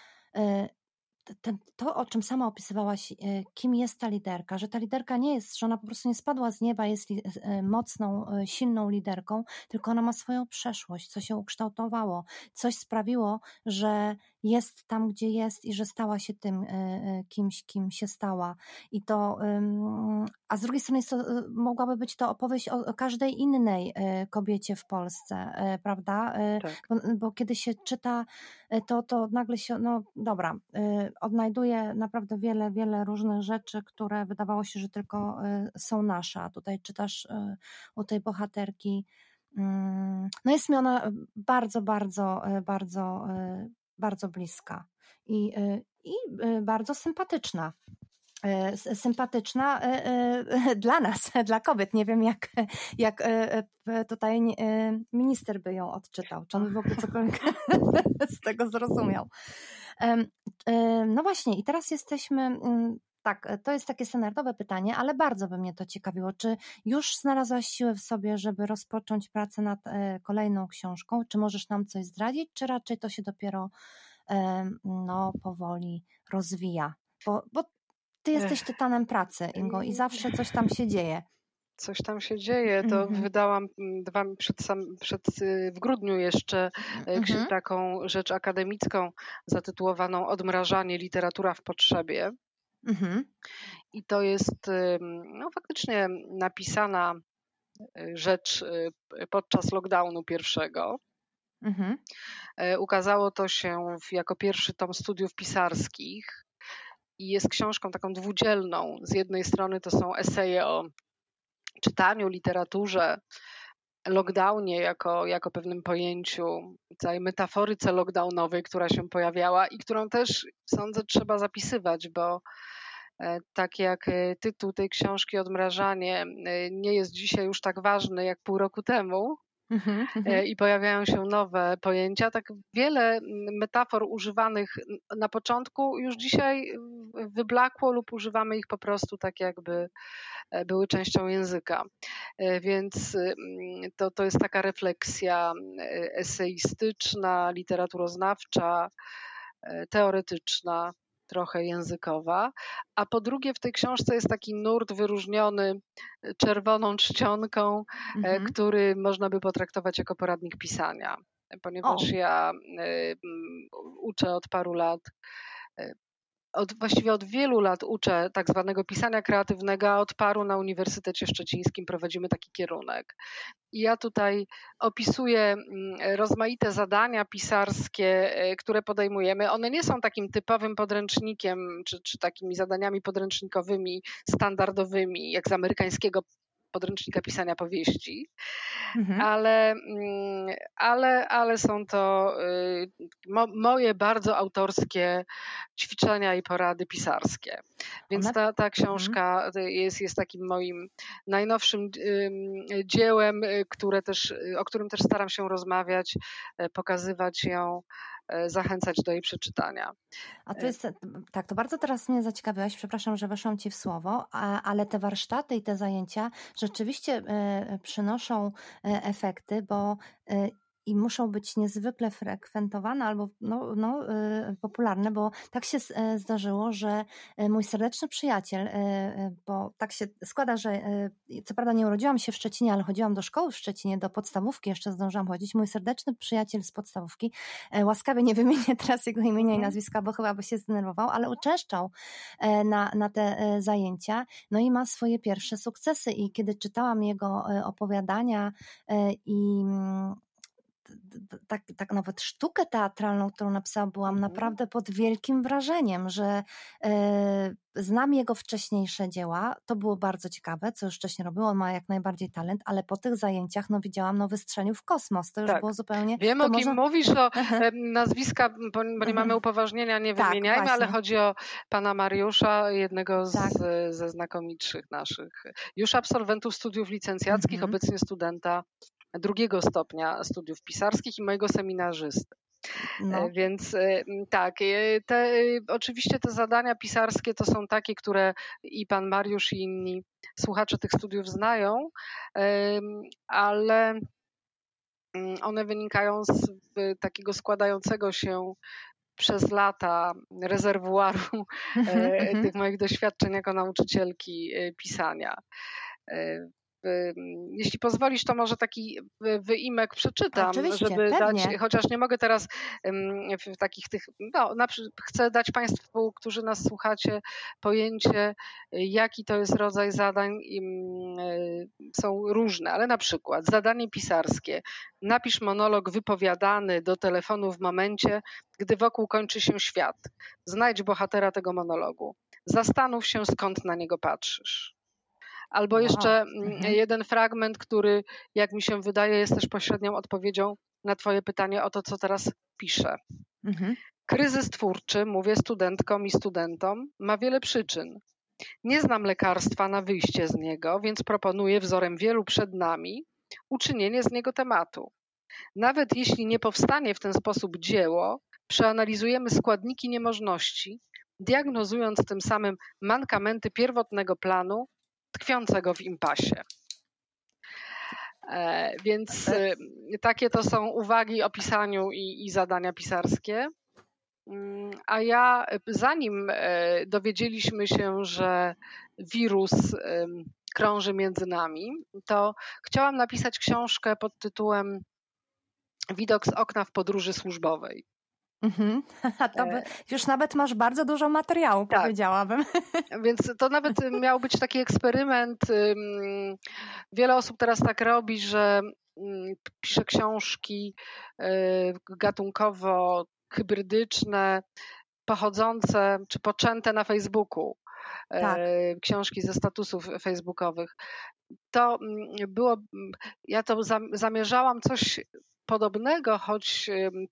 to, o czym sama opisywałaś, kim jest ta liderka, że ta liderka nie jest, że ona po prostu nie spadła z nieba, jest mocną, silną liderką, tylko ona ma swoją przeszłość, co się ukształtowało, coś sprawiło, że jest tam, gdzie jest i że stała się tym kimś, kim się stała. I to, a z drugiej strony mogłaby być to opowieść o każdej innej kobiecie w Polsce, prawda?
Tak.
Bo kiedy się czyta, to nagle się, no dobra, odnajduje naprawdę wiele, wiele różnych rzeczy, które wydawało się, że tylko są nasze. A tutaj czytasz u tej bohaterki no jest mi ona bardzo, bardzo, bardzo, bardzo bliska i bardzo sympatyczna. Sympatyczna dla nas, dla kobiet. Nie wiem, jak tutaj minister by ją odczytał, czy on by w ogóle cokolwiek z tego zrozumiał. No właśnie, i teraz jesteśmy... Tak, to jest takie standardowe pytanie, ale bardzo by mnie to ciekawiło. Czy już znalazłaś siłę w sobie, żeby rozpocząć pracę nad kolejną książką? Czy możesz nam coś zdradzić, czy raczej to się dopiero powoli rozwija? Bo ty jesteś tytanem pracy, Ingo, i zawsze coś tam się dzieje.
Coś tam się dzieje, to wydałam w grudniu jeszcze taką rzecz akademicką zatytułowaną Odmrażanie, literatura w potrzebie. I to jest faktycznie napisana rzecz podczas lockdownu pierwszego. Ukazało to się jako pierwszy tom studiów pisarskich i jest książką taką dwudzielną. Z jednej strony to są eseje o czytaniu, literaturze, lockdownie jako pewnym pojęciu, całej metaforyce lockdownowej, która się pojawiała i którą też, sądzę, trzeba zapisywać, bo tak jak tytuł tej książki Odmrażanie nie jest dzisiaj już tak ważny jak pół roku temu i pojawiają się nowe pojęcia, tak wiele metafor używanych na początku już dzisiaj wyblakło lub używamy ich po prostu tak jakby były częścią języka. Więc to jest taka refleksja eseistyczna, literaturoznawcza, teoretyczna, trochę językowa, a po drugie w tej książce jest taki nurt wyróżniony czerwoną czcionką, który można by potraktować jako poradnik pisania, ponieważ ja uczę od paru lat, właściwie od wielu lat uczę tak zwanego pisania kreatywnego, a od paru na Uniwersytecie Szczecińskim prowadzimy taki kierunek. I ja tutaj opisuję rozmaite zadania pisarskie, które podejmujemy. One nie są takim typowym podręcznikiem, czy takimi zadaniami podręcznikowymi, standardowymi, jak z amerykańskiego podręcznika pisania powieści, ale są to moje bardzo autorskie ćwiczenia i porady pisarskie. Więc ta książka jest takim moim najnowszym dziełem, o którym też staram się rozmawiać, pokazywać ją, zachęcać do jej przeczytania.
A to jest, tak, to bardzo teraz mnie zaciekawiłaś, przepraszam, że weszłam ci w słowo, ale te warsztaty i te zajęcia rzeczywiście przynoszą efekty, bo i muszą być niezwykle frekwentowane albo popularne, bo tak się zdarzyło, że mój serdeczny przyjaciel, bo tak się składa, że co prawda nie urodziłam się w Szczecinie, ale chodziłam do szkoły w Szczecinie, do podstawówki jeszcze zdążyłam chodzić. Mój serdeczny przyjaciel z podstawówki, łaskawie nie wymienię teraz jego imienia i nazwiska, bo chyba by się zdenerwował, ale uczęszczał na te zajęcia, no i ma swoje pierwsze sukcesy i kiedy czytałam jego opowiadania i tak nawet sztukę teatralną, którą napisałam, byłam naprawdę pod wielkim wrażeniem, że znam jego wcześniejsze dzieła, to było bardzo ciekawe, co już wcześniej robił, on ma jak najbardziej talent, ale po tych zajęciach widziałam, wystrzelił w kosmos, to już było zupełnie...
Wiem, o kim mówisz, o nazwiska, bo nie mamy upoważnienia, nie wymieniajmy, tak, ale chodzi o pana Mariusza, jednego ze znakomitszych naszych, już absolwentów studiów licencjackich, obecnie studenta drugiego stopnia studiów pisarskich i mojego seminarzysty. Więc tak, oczywiście te zadania pisarskie to są takie, które i pan Mariusz i inni słuchacze tych studiów znają, ale one wynikają z takiego składającego się przez lata rezerwuaru tych moich doświadczeń jako nauczycielki pisania. Jeśli pozwolisz, to może taki wyimek przeczytam, żeby dać, chociaż nie mogę teraz w takich chcę dać Państwu, którzy nas słuchacie, pojęcie, jaki to jest rodzaj zadań. Są różne, ale na przykład zadanie pisarskie. Napisz monolog wypowiadany do telefonu w momencie, gdy wokół kończy się świat. Znajdź bohatera tego monologu. Zastanów się, skąd na niego patrzysz. Albo jeszcze
Mhm.
jeden fragment, który, jak mi się wydaje, jest też pośrednią odpowiedzią na twoje pytanie o to, co teraz piszę.
Mhm.
Kryzys twórczy, mówię studentkom i studentom, ma wiele przyczyn. Nie znam lekarstwa na wyjście z niego, więc proponuję wzorem wielu przed nami uczynienie z niego tematu. Nawet jeśli nie powstanie w ten sposób dzieło, przeanalizujemy składniki niemożności, diagnozując tym samym mankamenty pierwotnego planu tkwiącego w impasie. Więc takie to są uwagi o pisaniu i zadania pisarskie. A ja, zanim dowiedzieliśmy się, że wirus krąży między nami, to chciałam napisać książkę pod tytułem Widok z okna w podróży służbowej.
Mhm. To już nawet masz bardzo dużo materiału,
tak.
Powiedziałabym.
Więc to nawet miał być taki eksperyment. Wiele osób teraz tak robi, że pisze książki gatunkowo hybrydyczne, pochodzące czy poczęte na Facebooku.
Tak.
Książki ze statusów facebookowych. To było, ja to zamierzałam coś podobnego, choć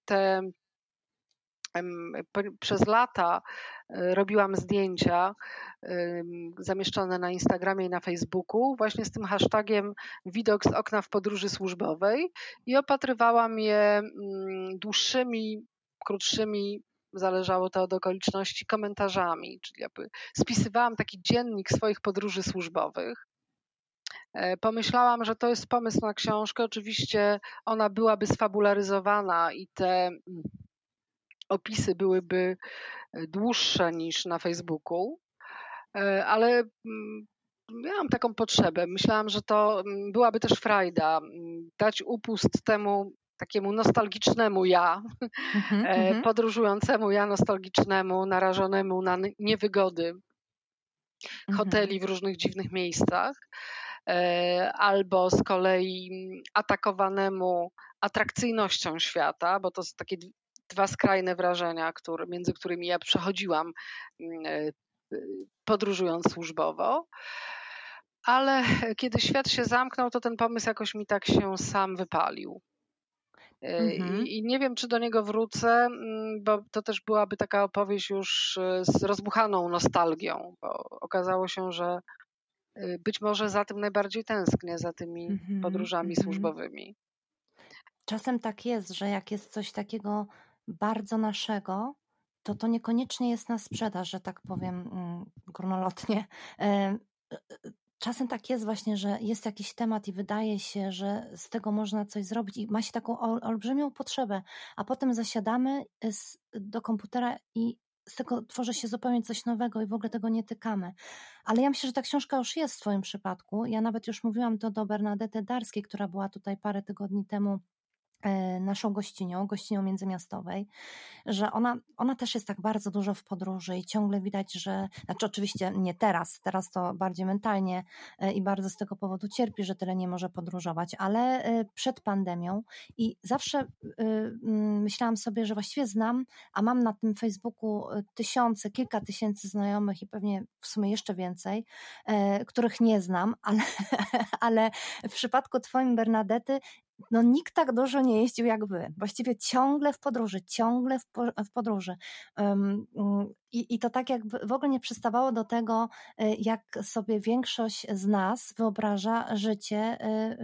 przez lata robiłam zdjęcia zamieszczone na Instagramie i na Facebooku właśnie z tym hashtagiem widok z okna w podróży służbowej i opatrywałam je dłuższymi, krótszymi, zależało to od okoliczności, komentarzami, czyli jakby spisywałam taki dziennik swoich podróży służbowych. Pomyślałam, że to jest pomysł na książkę. Oczywiście ona byłaby sfabularyzowana i te opisy byłyby dłuższe niż na Facebooku, ale miałam taką potrzebę. Myślałam, że to byłaby też frajda, dać upust temu takiemu nostalgicznemu ja, podróżującemu ja nostalgicznemu, narażonemu na niewygody hoteli w różnych dziwnych miejscach, albo z kolei atakowanemu atrakcyjnością świata, bo to są takie dwa skrajne wrażenia, między którymi ja przechodziłam podróżując służbowo. Ale kiedy świat się zamknął, to ten pomysł jakoś mi tak się sam wypalił. I nie wiem, czy do niego wrócę, bo to też byłaby taka opowieść już z rozbuchaną nostalgią, bo okazało się, że być może za tym najbardziej tęsknię, za tymi podróżami służbowymi.
Czasem tak jest, że jak jest coś takiego bardzo naszego, to niekoniecznie jest na sprzedaż, że tak powiem górnolotnie. Czasem tak jest właśnie, że jest jakiś temat i wydaje się, że z tego można coś zrobić i ma się taką olbrzymią potrzebę, a potem zasiadamy do komputera i z tego tworzy się zupełnie coś nowego i w ogóle tego nie tykamy. Ale ja myślę, że ta książka już jest w twoim przypadku. Ja nawet już mówiłam to do Bernadety Darskiej, która była tutaj parę tygodni temu naszą gościnią międzymiastowej, że ona też jest tak bardzo dużo w podróży i ciągle widać, że, znaczy oczywiście nie teraz to bardziej mentalnie i bardzo z tego powodu cierpi, że tyle nie może podróżować, ale przed pandemią i zawsze myślałam sobie, że właściwie znam, a mam na tym Facebooku kilka tysięcy znajomych i pewnie w sumie jeszcze więcej, których nie znam, ale w przypadku twoim, Bernadety, no nikt tak dużo nie jeździł jak wy. Właściwie ciągle w podróży. I to tak jakby w ogóle nie przystawało do tego, jak sobie większość z nas wyobraża życie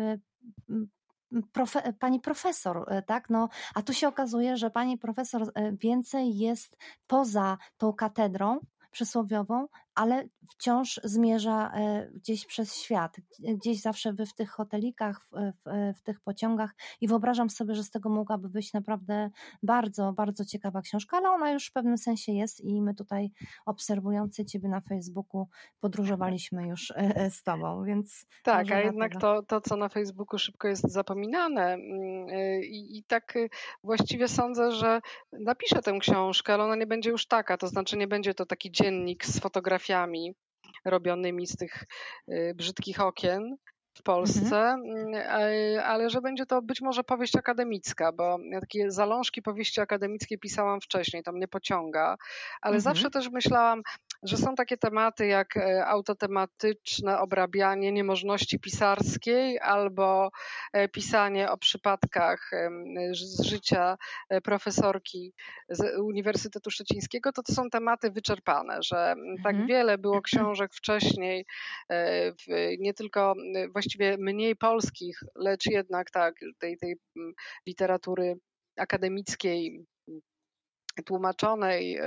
pani profesor, tak? No, a tu się okazuje, że pani profesor więcej jest poza tą katedrą przysłowiową, ale wciąż zmierza gdzieś przez świat, gdzieś zawsze w tych hotelikach, w tych pociągach i wyobrażam sobie, że z tego mogłaby być naprawdę bardzo, bardzo ciekawa książka, ale ona już w pewnym sensie jest i my tutaj obserwujący ciebie na Facebooku podróżowaliśmy już z tobą, więc
tak, a jednak to, co na Facebooku szybko jest zapominane i tak właściwie sądzę, że napiszę tę książkę, ale ona nie będzie już taka, to znaczy nie będzie to taki dziennik z fotografiami robionymi z tych brzydkich okien, w Polsce, ale że będzie to być może powieść akademicka, bo ja takie zalążki powieści akademickiej pisałam wcześniej, to mnie pociąga, ale zawsze też myślałam, że są takie tematy jak autotematyczne obrabianie niemożności pisarskiej albo pisanie o przypadkach z życia profesorki z Uniwersytetu Szczecińskiego, to są tematy wyczerpane, że tak wiele było książek wcześniej, nie tylko właściwie mniej polskich, lecz jednak tak, tej literatury akademickiej, tłumaczonej,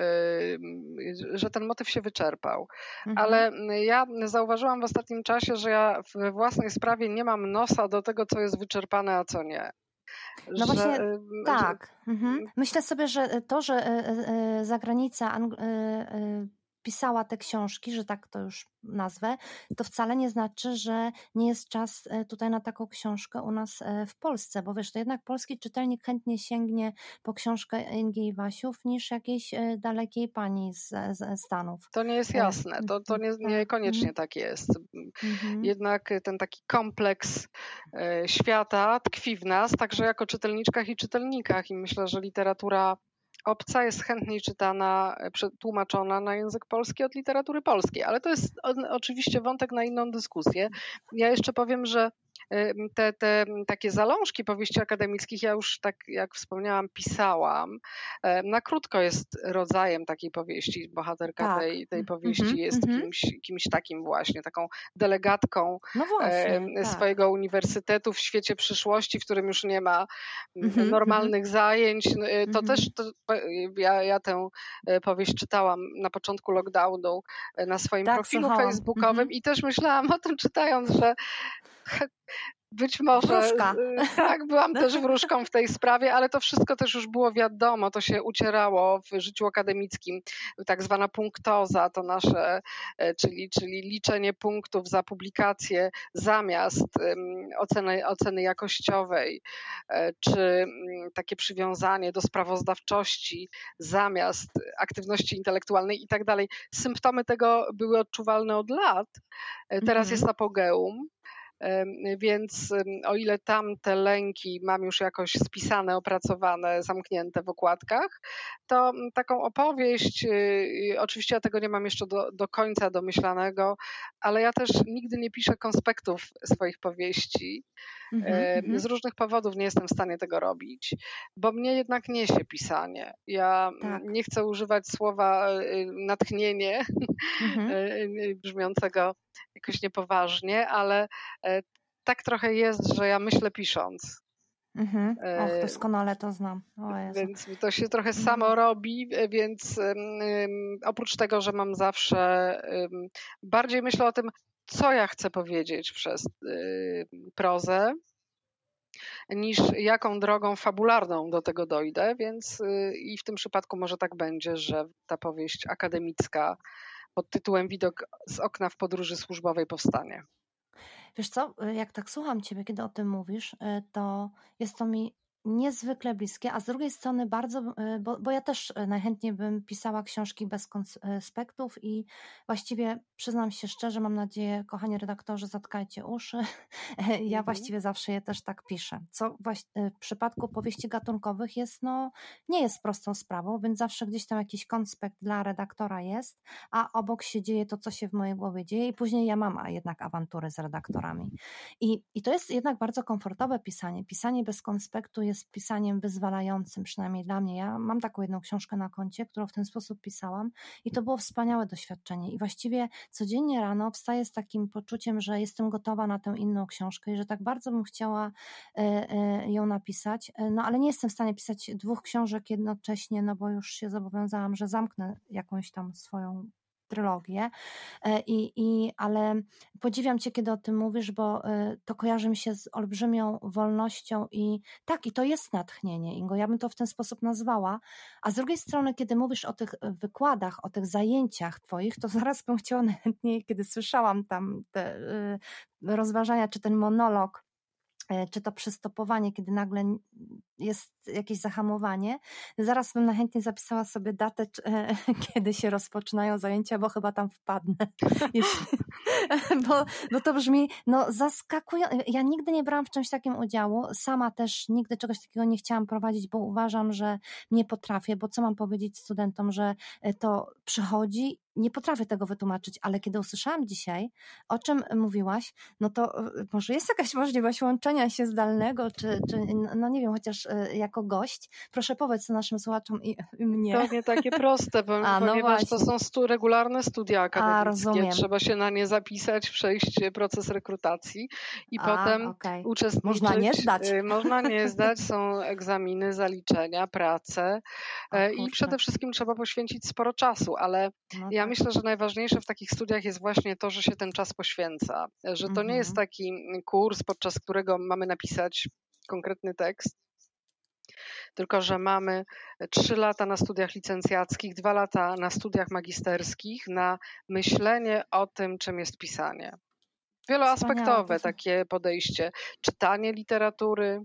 że ten motyw się wyczerpał. Ale ja zauważyłam w ostatnim czasie, że ja we własnej sprawie nie mam nosa do tego, co jest wyczerpane, a co nie.
No właśnie tak. Myślę sobie, że to, że zagranica pisała te książki, że tak to już nazwę, to wcale nie znaczy, że nie jest czas tutaj na taką książkę u nas w Polsce, bo wiesz, to jednak polski czytelnik chętnie sięgnie po książkę Ingi Iwasiów niż jakiejś dalekiej pani z Stanów.
To nie jest jasne, to niekoniecznie tak jest. Jednak ten taki kompleks świata tkwi w nas, także jako czytelniczkach i czytelnikach, i myślę, że literatura obca jest chętniej czytana, tłumaczona na język polski od literatury polskiej, ale to jest oczywiście wątek na inną dyskusję. Ja jeszcze powiem, że te takie zalążki powieści akademickich, ja już tak jak wspomniałam, pisałam. Na krótko jest rodzajem takiej powieści. Bohaterka tej powieści jest kimś takim właśnie, taką delegatką swojego uniwersytetu w świecie przyszłości, w którym już nie ma normalnych zajęć. To też ja tę powieść czytałam na początku lockdownu na swoim profilu facebookowym i też myślałam o tym, czytając, że być może tak, byłam też wróżką w tej sprawie, ale to wszystko też już było wiadomo, to się ucierało w życiu akademickim. Tak zwana punktoza to nasze, czyli liczenie punktów za publikację zamiast oceny jakościowej, czy takie przywiązanie do sprawozdawczości zamiast aktywności intelektualnej i tak dalej. Symptomy tego były odczuwalne od lat. Teraz jest apogeum. Więc o ile tam te lęki mam już jakoś spisane, opracowane, zamknięte w okładkach, to taką opowieść, oczywiście ja tego nie mam jeszcze do końca domyślanego, ale ja też nigdy nie piszę konspektów swoich powieści. Z różnych powodów nie jestem w stanie tego robić, bo mnie jednak niesie pisanie. Ja nie chcę używać słowa natchnienie, brzmiącego jakoś niepoważnie, ale tak trochę jest, że ja myślę pisząc.
Doskonale to znam.
Więc to się trochę samo robi, więc oprócz tego, że mam zawsze bardziej myślę o tym, co ja chcę powiedzieć przez prozę, niż jaką drogą fabularną do tego dojdę, więc i w tym przypadku może tak będzie, że ta powieść akademicka pod tytułem Widok z okna w podróży służbowej powstanie.
Wiesz co, jak tak słucham Ciebie, kiedy o tym mówisz, to jest to mi niezwykle bliskie, a z drugiej strony bardzo, bo ja też najchętniej bym pisała książki bez konspektów i właściwie przyznam się szczerze, mam nadzieję, kochani redaktorzy, zatkajcie uszy, ja właściwie zawsze je też tak piszę, co w przypadku powieści gatunkowych nie jest prostą sprawą, więc zawsze gdzieś tam jakiś konspekt dla redaktora jest, a obok się dzieje to, co się w mojej głowie dzieje i później ja mam jednak awantury z redaktorami. I to jest jednak bardzo komfortowe pisanie. Pisanie bez konspektu jest pisaniem wyzwalającym, przynajmniej dla mnie. Ja mam taką jedną książkę na koncie, którą w ten sposób pisałam i to było wspaniałe doświadczenie i właściwie codziennie rano wstaję z takim poczuciem, że jestem gotowa na tę inną książkę i że tak bardzo bym chciała ją napisać, ale nie jestem w stanie pisać 2 książek jednocześnie, bo już się zobowiązałam, że zamknę jakąś tam swoją trylogię, ale podziwiam Cię, kiedy o tym mówisz, bo to kojarzy mi się z olbrzymią wolnością i to jest natchnienie, Ingo, ja bym to w ten sposób nazwała, a z drugiej strony, kiedy mówisz o tych wykładach, o tych zajęciach Twoich, to zaraz bym chciała najchętniej, kiedy słyszałam tam te rozważania, czy ten monolog czy to przystopowanie, kiedy nagle jest jakieś zahamowanie, zaraz bym najchętniej zapisała sobie datę, kiedy się rozpoczynają zajęcia, bo chyba tam wpadnę. Bo to brzmi zaskakująco. Ja nigdy nie brałam w czymś takim udziału, sama też nigdy czegoś takiego nie chciałam prowadzić, bo uważam, że nie potrafię, bo co mam powiedzieć studentom, że to przychodzi, nie potrafię tego wytłumaczyć, ale kiedy usłyszałam dzisiaj, o czym mówiłaś, no to może jest jakaś możliwość łączenia się zdalnego, czy no nie wiem, chociaż jako gość. Proszę powiedz naszym słuchaczom i mnie.
To nie takie proste, ponieważ to są regularne studia akademickie.
Rozumiem.
Trzeba się na nie zapisać, przejść proces rekrutacji i potem uczestniczyć.
Można nie zdać.
Można nie zdać, są egzaminy, zaliczenia, prace i przede wszystkim trzeba poświęcić sporo czasu, ale ja myślę, że najważniejsze w takich studiach jest właśnie to, że się ten czas poświęca, że to nie jest taki kurs, podczas którego mamy napisać konkretny tekst, tylko że mamy 3 lata na studiach licencjackich, 2 lata na studiach magisterskich, na myślenie o tym, czym jest pisanie. Wieloaspektowe takie podejście. Czytanie literatury,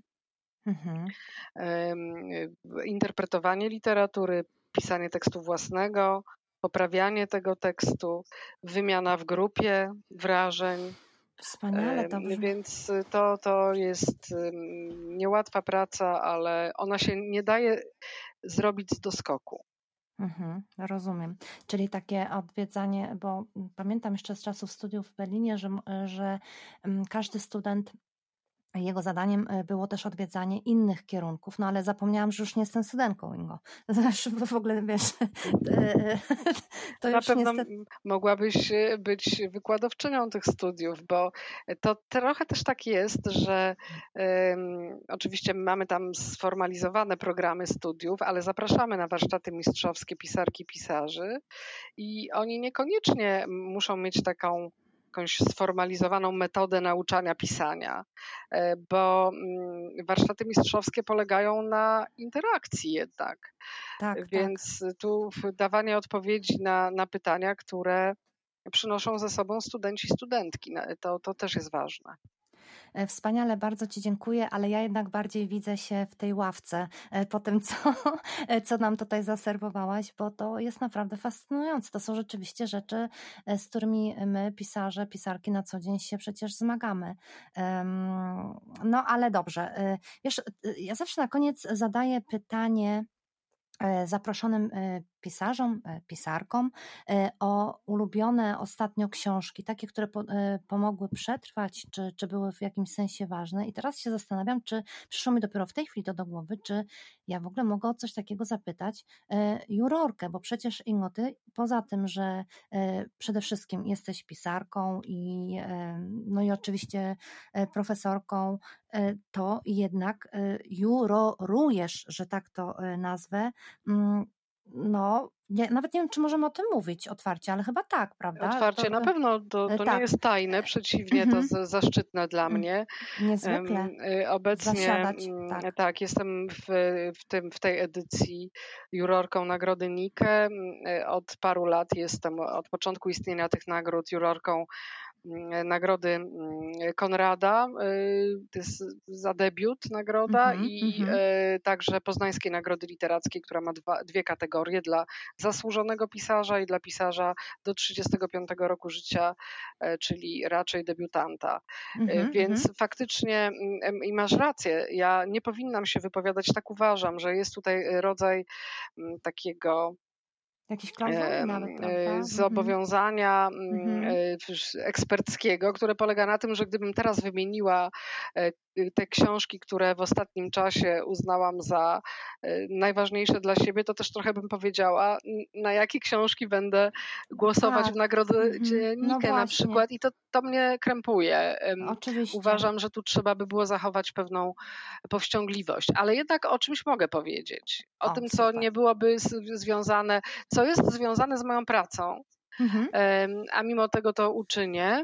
interpretowanie literatury, pisanie tekstu własnego, poprawianie tego tekstu, wymiana w grupie wrażeń.
Wspaniale to brzmi.
Więc to jest niełatwa praca, ale ona się nie daje zrobić z doskoku.
Rozumiem. Czyli takie odwiedzanie, bo pamiętam jeszcze z czasów studiów w Berlinie, że każdy student, jego zadaniem było też odwiedzanie innych kierunków, no ale zapomniałam, że już nie jestem studentką, Ingo. Znaczy, w ogóle wiesz, to
na
już
pewno
niestety...
mogłabyś być wykładowczynią tych studiów, bo to trochę też tak jest, że oczywiście mamy tam sformalizowane programy studiów, ale zapraszamy na warsztaty mistrzowskie pisarki, pisarzy i oni niekoniecznie muszą mieć jakąś sformalizowaną metodę nauczania pisania, bo warsztaty mistrzowskie polegają na interakcji jednak. Więc tu dawanie odpowiedzi na pytania, które przynoszą ze sobą studenci i studentki, to też jest ważne.
Wspaniale, bardzo Ci dziękuję, ale ja jednak bardziej widzę się w tej ławce po tym, co nam tutaj zaserwowałaś, bo to jest naprawdę fascynujące. To są rzeczywiście rzeczy, z którymi my, pisarze, pisarki na co dzień się przecież zmagamy. No ale dobrze. Wiesz, ja zawsze na koniec zadaję pytanie zaproszonym pisarzom, pisarkom o ulubione ostatnio książki, takie, które pomogły przetrwać, czy były w jakimś sensie ważne. I teraz się zastanawiam, czy przyszło mi dopiero w tej chwili to do głowy, czy ja w ogóle mogę o coś takiego zapytać jurorkę, bo przecież Ingo, ty poza tym, że przede wszystkim jesteś pisarką no i oczywiście profesorką, to jednak jurorujesz, że tak to nazwę. No, nawet nie wiem, czy możemy o tym mówić otwarcie, ale chyba tak, prawda?
Otwarcie na pewno, to
tak.
nie jest tajne, przeciwnie, to zaszczytne dla mnie.
Niezwykle.
Obecnie
zasiadać,
tak, jestem w tej edycji jurorką Nagrody Nike. Od paru lat jestem, od początku istnienia tych nagród, jurorką Nagrody Konrada, to jest za debiut nagroda i także Poznańskiej Nagrody Literackiej, która ma dwie kategorie, dla zasłużonego pisarza i dla pisarza do 35 roku życia, czyli raczej debiutanta. Więc faktycznie i masz rację, ja nie powinnam się wypowiadać, tak uważam, że jest tutaj rodzaj takiego
jakieś klauzuli nawet, prawda?
Zobowiązania eksperckiego, które polega na tym, że gdybym teraz wymieniła te książki, które w ostatnim czasie uznałam za najważniejsze dla siebie, to też trochę bym powiedziała, na jakie książki będę głosować w Nagrodę Nike na przykład, i to mnie krępuje.
Oczywiście.
Uważam, że tu trzeba by było zachować pewną powściągliwość, ale jednak o czymś mogę powiedzieć. O tym, co nie byłoby związane, co jest związane z moją pracą, a mimo tego to uczynię,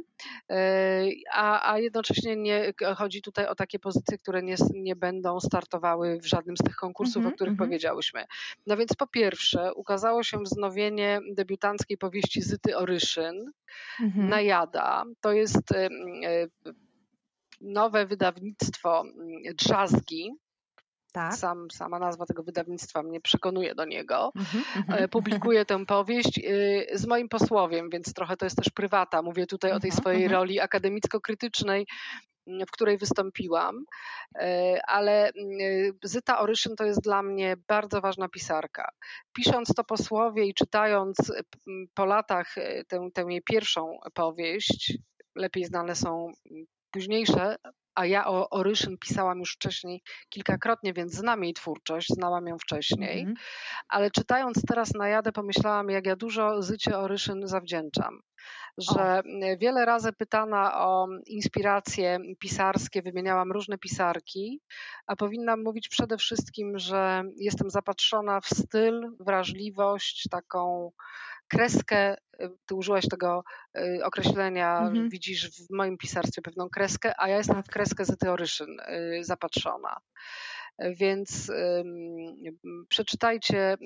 a jednocześnie nie chodzi tutaj o takie pozycje, które nie będą startowały w żadnym z tych konkursów, o których powiedziałyśmy. No więc po pierwsze ukazało się wznowienie debiutanckiej powieści Zyty Oryszyn, Najada. To jest nowe wydawnictwo Drzazgi.
Tak.
Sama nazwa tego wydawnictwa mnie przekonuje do niego. Publikuję tę powieść z moim posłowiem, więc trochę to jest też prywata. Mówię tutaj o tej swojej roli akademicko-krytycznej, w której wystąpiłam, ale Zyta Oryszyn to jest dla mnie bardzo ważna pisarka. Pisząc to posłowie i czytając po latach tę jej pierwszą powieść, lepiej znane są późniejsze, a ja o Oryszyn pisałam już wcześniej kilkakrotnie, więc znam jej twórczość, znałam ją wcześniej, ale czytając teraz Najadę pomyślałam, jak ja dużo Zycie Oryszyn zawdzięczam. Że wiele razy pytana o inspiracje pisarskie, wymieniałam różne pisarki, a powinnam mówić przede wszystkim, że jestem zapatrzona w styl, wrażliwość, taką kreskę. Ty użyłaś tego określenia, widzisz w moim pisarstwie pewną kreskę, a ja jestem w kreskę Zyty Oryszyn zapatrzona. Więc przeczytajcie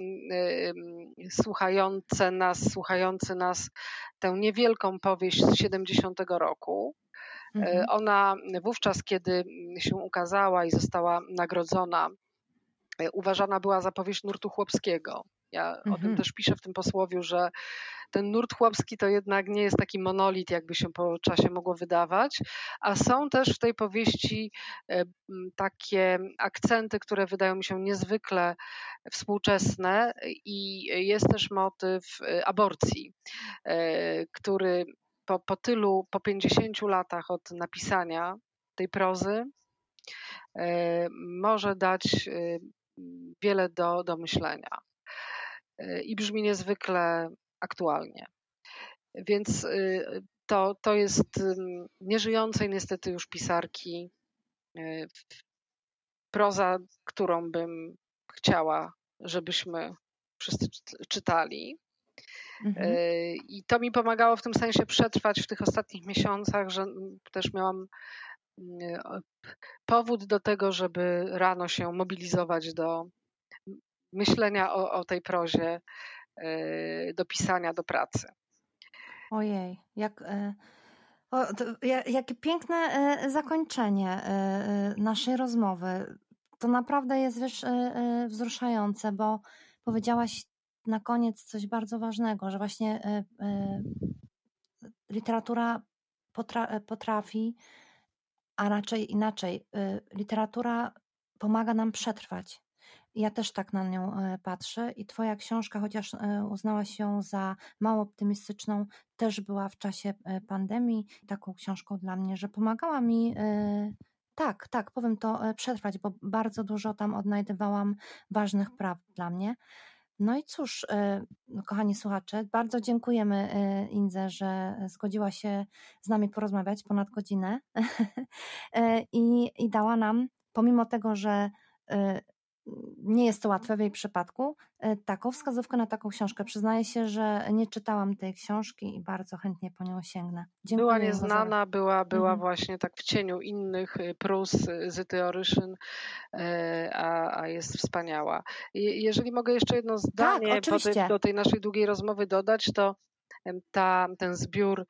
słuchający nas tę niewielką powieść z 70 roku. Ona wówczas, kiedy się ukazała i została nagrodzona, uważana była za powieść nurtu chłopskiego. Ja o tym też piszę w tym posłowiu, że ten nurt chłopski to jednak nie jest taki monolit, jakby się po czasie mogło wydawać, a są też w tej powieści takie akcenty, które wydają mi się niezwykle współczesne i jest też motyw aborcji, który po 50 latach od napisania tej prozy może dać wiele do myślenia i brzmi niezwykle aktualnie. Więc to jest nieżyjącej niestety już pisarki proza, którą bym chciała, żebyśmy wszyscy czytali. I to mi pomagało w tym sensie przetrwać w tych ostatnich miesiącach, że też miałam powód do tego, żeby rano się mobilizować do myślenia o tej prozie, do pisania, do pracy.
Ojej, jakie piękne zakończenie naszej rozmowy. To naprawdę jest, wiesz, wzruszające, bo powiedziałaś na koniec coś bardzo ważnego, że właśnie literatura potrafi, a raczej inaczej, literatura pomaga nam przetrwać. Ja też tak na nią patrzę i twoja książka, chociaż uznałaś ją za mało optymistyczną, też była w czasie pandemii taką książką dla mnie, że pomagała mi, tak, powiem to, przetrwać, bo bardzo dużo tam odnajdywałam ważnych prawd dla mnie. No i cóż, kochani słuchacze, bardzo dziękujemy Indze, że zgodziła się z nami porozmawiać ponad godzinę i dała nam, pomimo tego, że nie jest to łatwe w jej przypadku, taką wskazówkę na taką książkę. Przyznaję się, że nie czytałam tej książki i bardzo chętnie po nią sięgnę. Dziękuję.
Była nieznana, była właśnie tak w cieniu innych prós Zyty Oryszyn, a jest wspaniała. Jeżeli mogę jeszcze jedno zdanie do tej naszej długiej rozmowy dodać, to ten zbiór,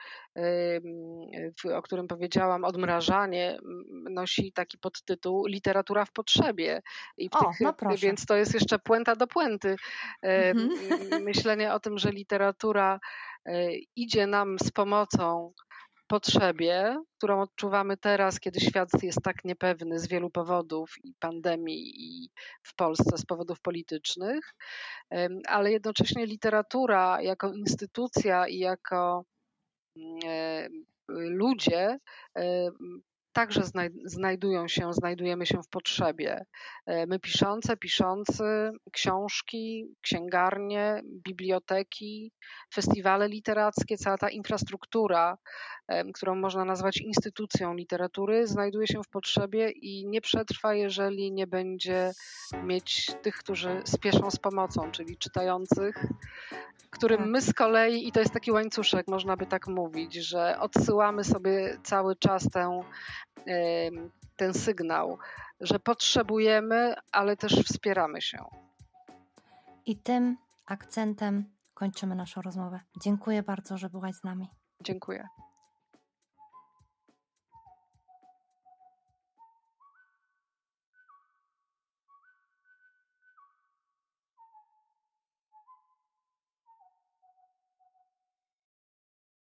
o którym powiedziałam, Odmrażanie, nosi taki podtytuł Literatura w potrzebie. Więc to jest jeszcze puenta do puenty. Myślenie o tym, że literatura idzie nam z pomocą potrzebie, którą odczuwamy teraz, kiedy świat jest tak niepewny z wielu powodów i pandemii i w Polsce z powodów politycznych, ale jednocześnie literatura jako instytucja i jako ludzie także znajdujemy się w potrzebie. My piszący, książki, księgarnie, biblioteki, festiwale literackie, cała ta infrastruktura, którą można nazwać instytucją literatury, znajduje się w potrzebie i nie przetrwa, jeżeli nie będzie mieć tych, którzy spieszą z pomocą, czyli czytających, którym my z kolei, i to jest taki łańcuszek, można by tak mówić, że odsyłamy sobie cały czas ten sygnał, że potrzebujemy, ale też wspieramy się.
I tym akcentem kończymy naszą rozmowę. Dziękuję bardzo, że byłaś z nami.
Dziękuję.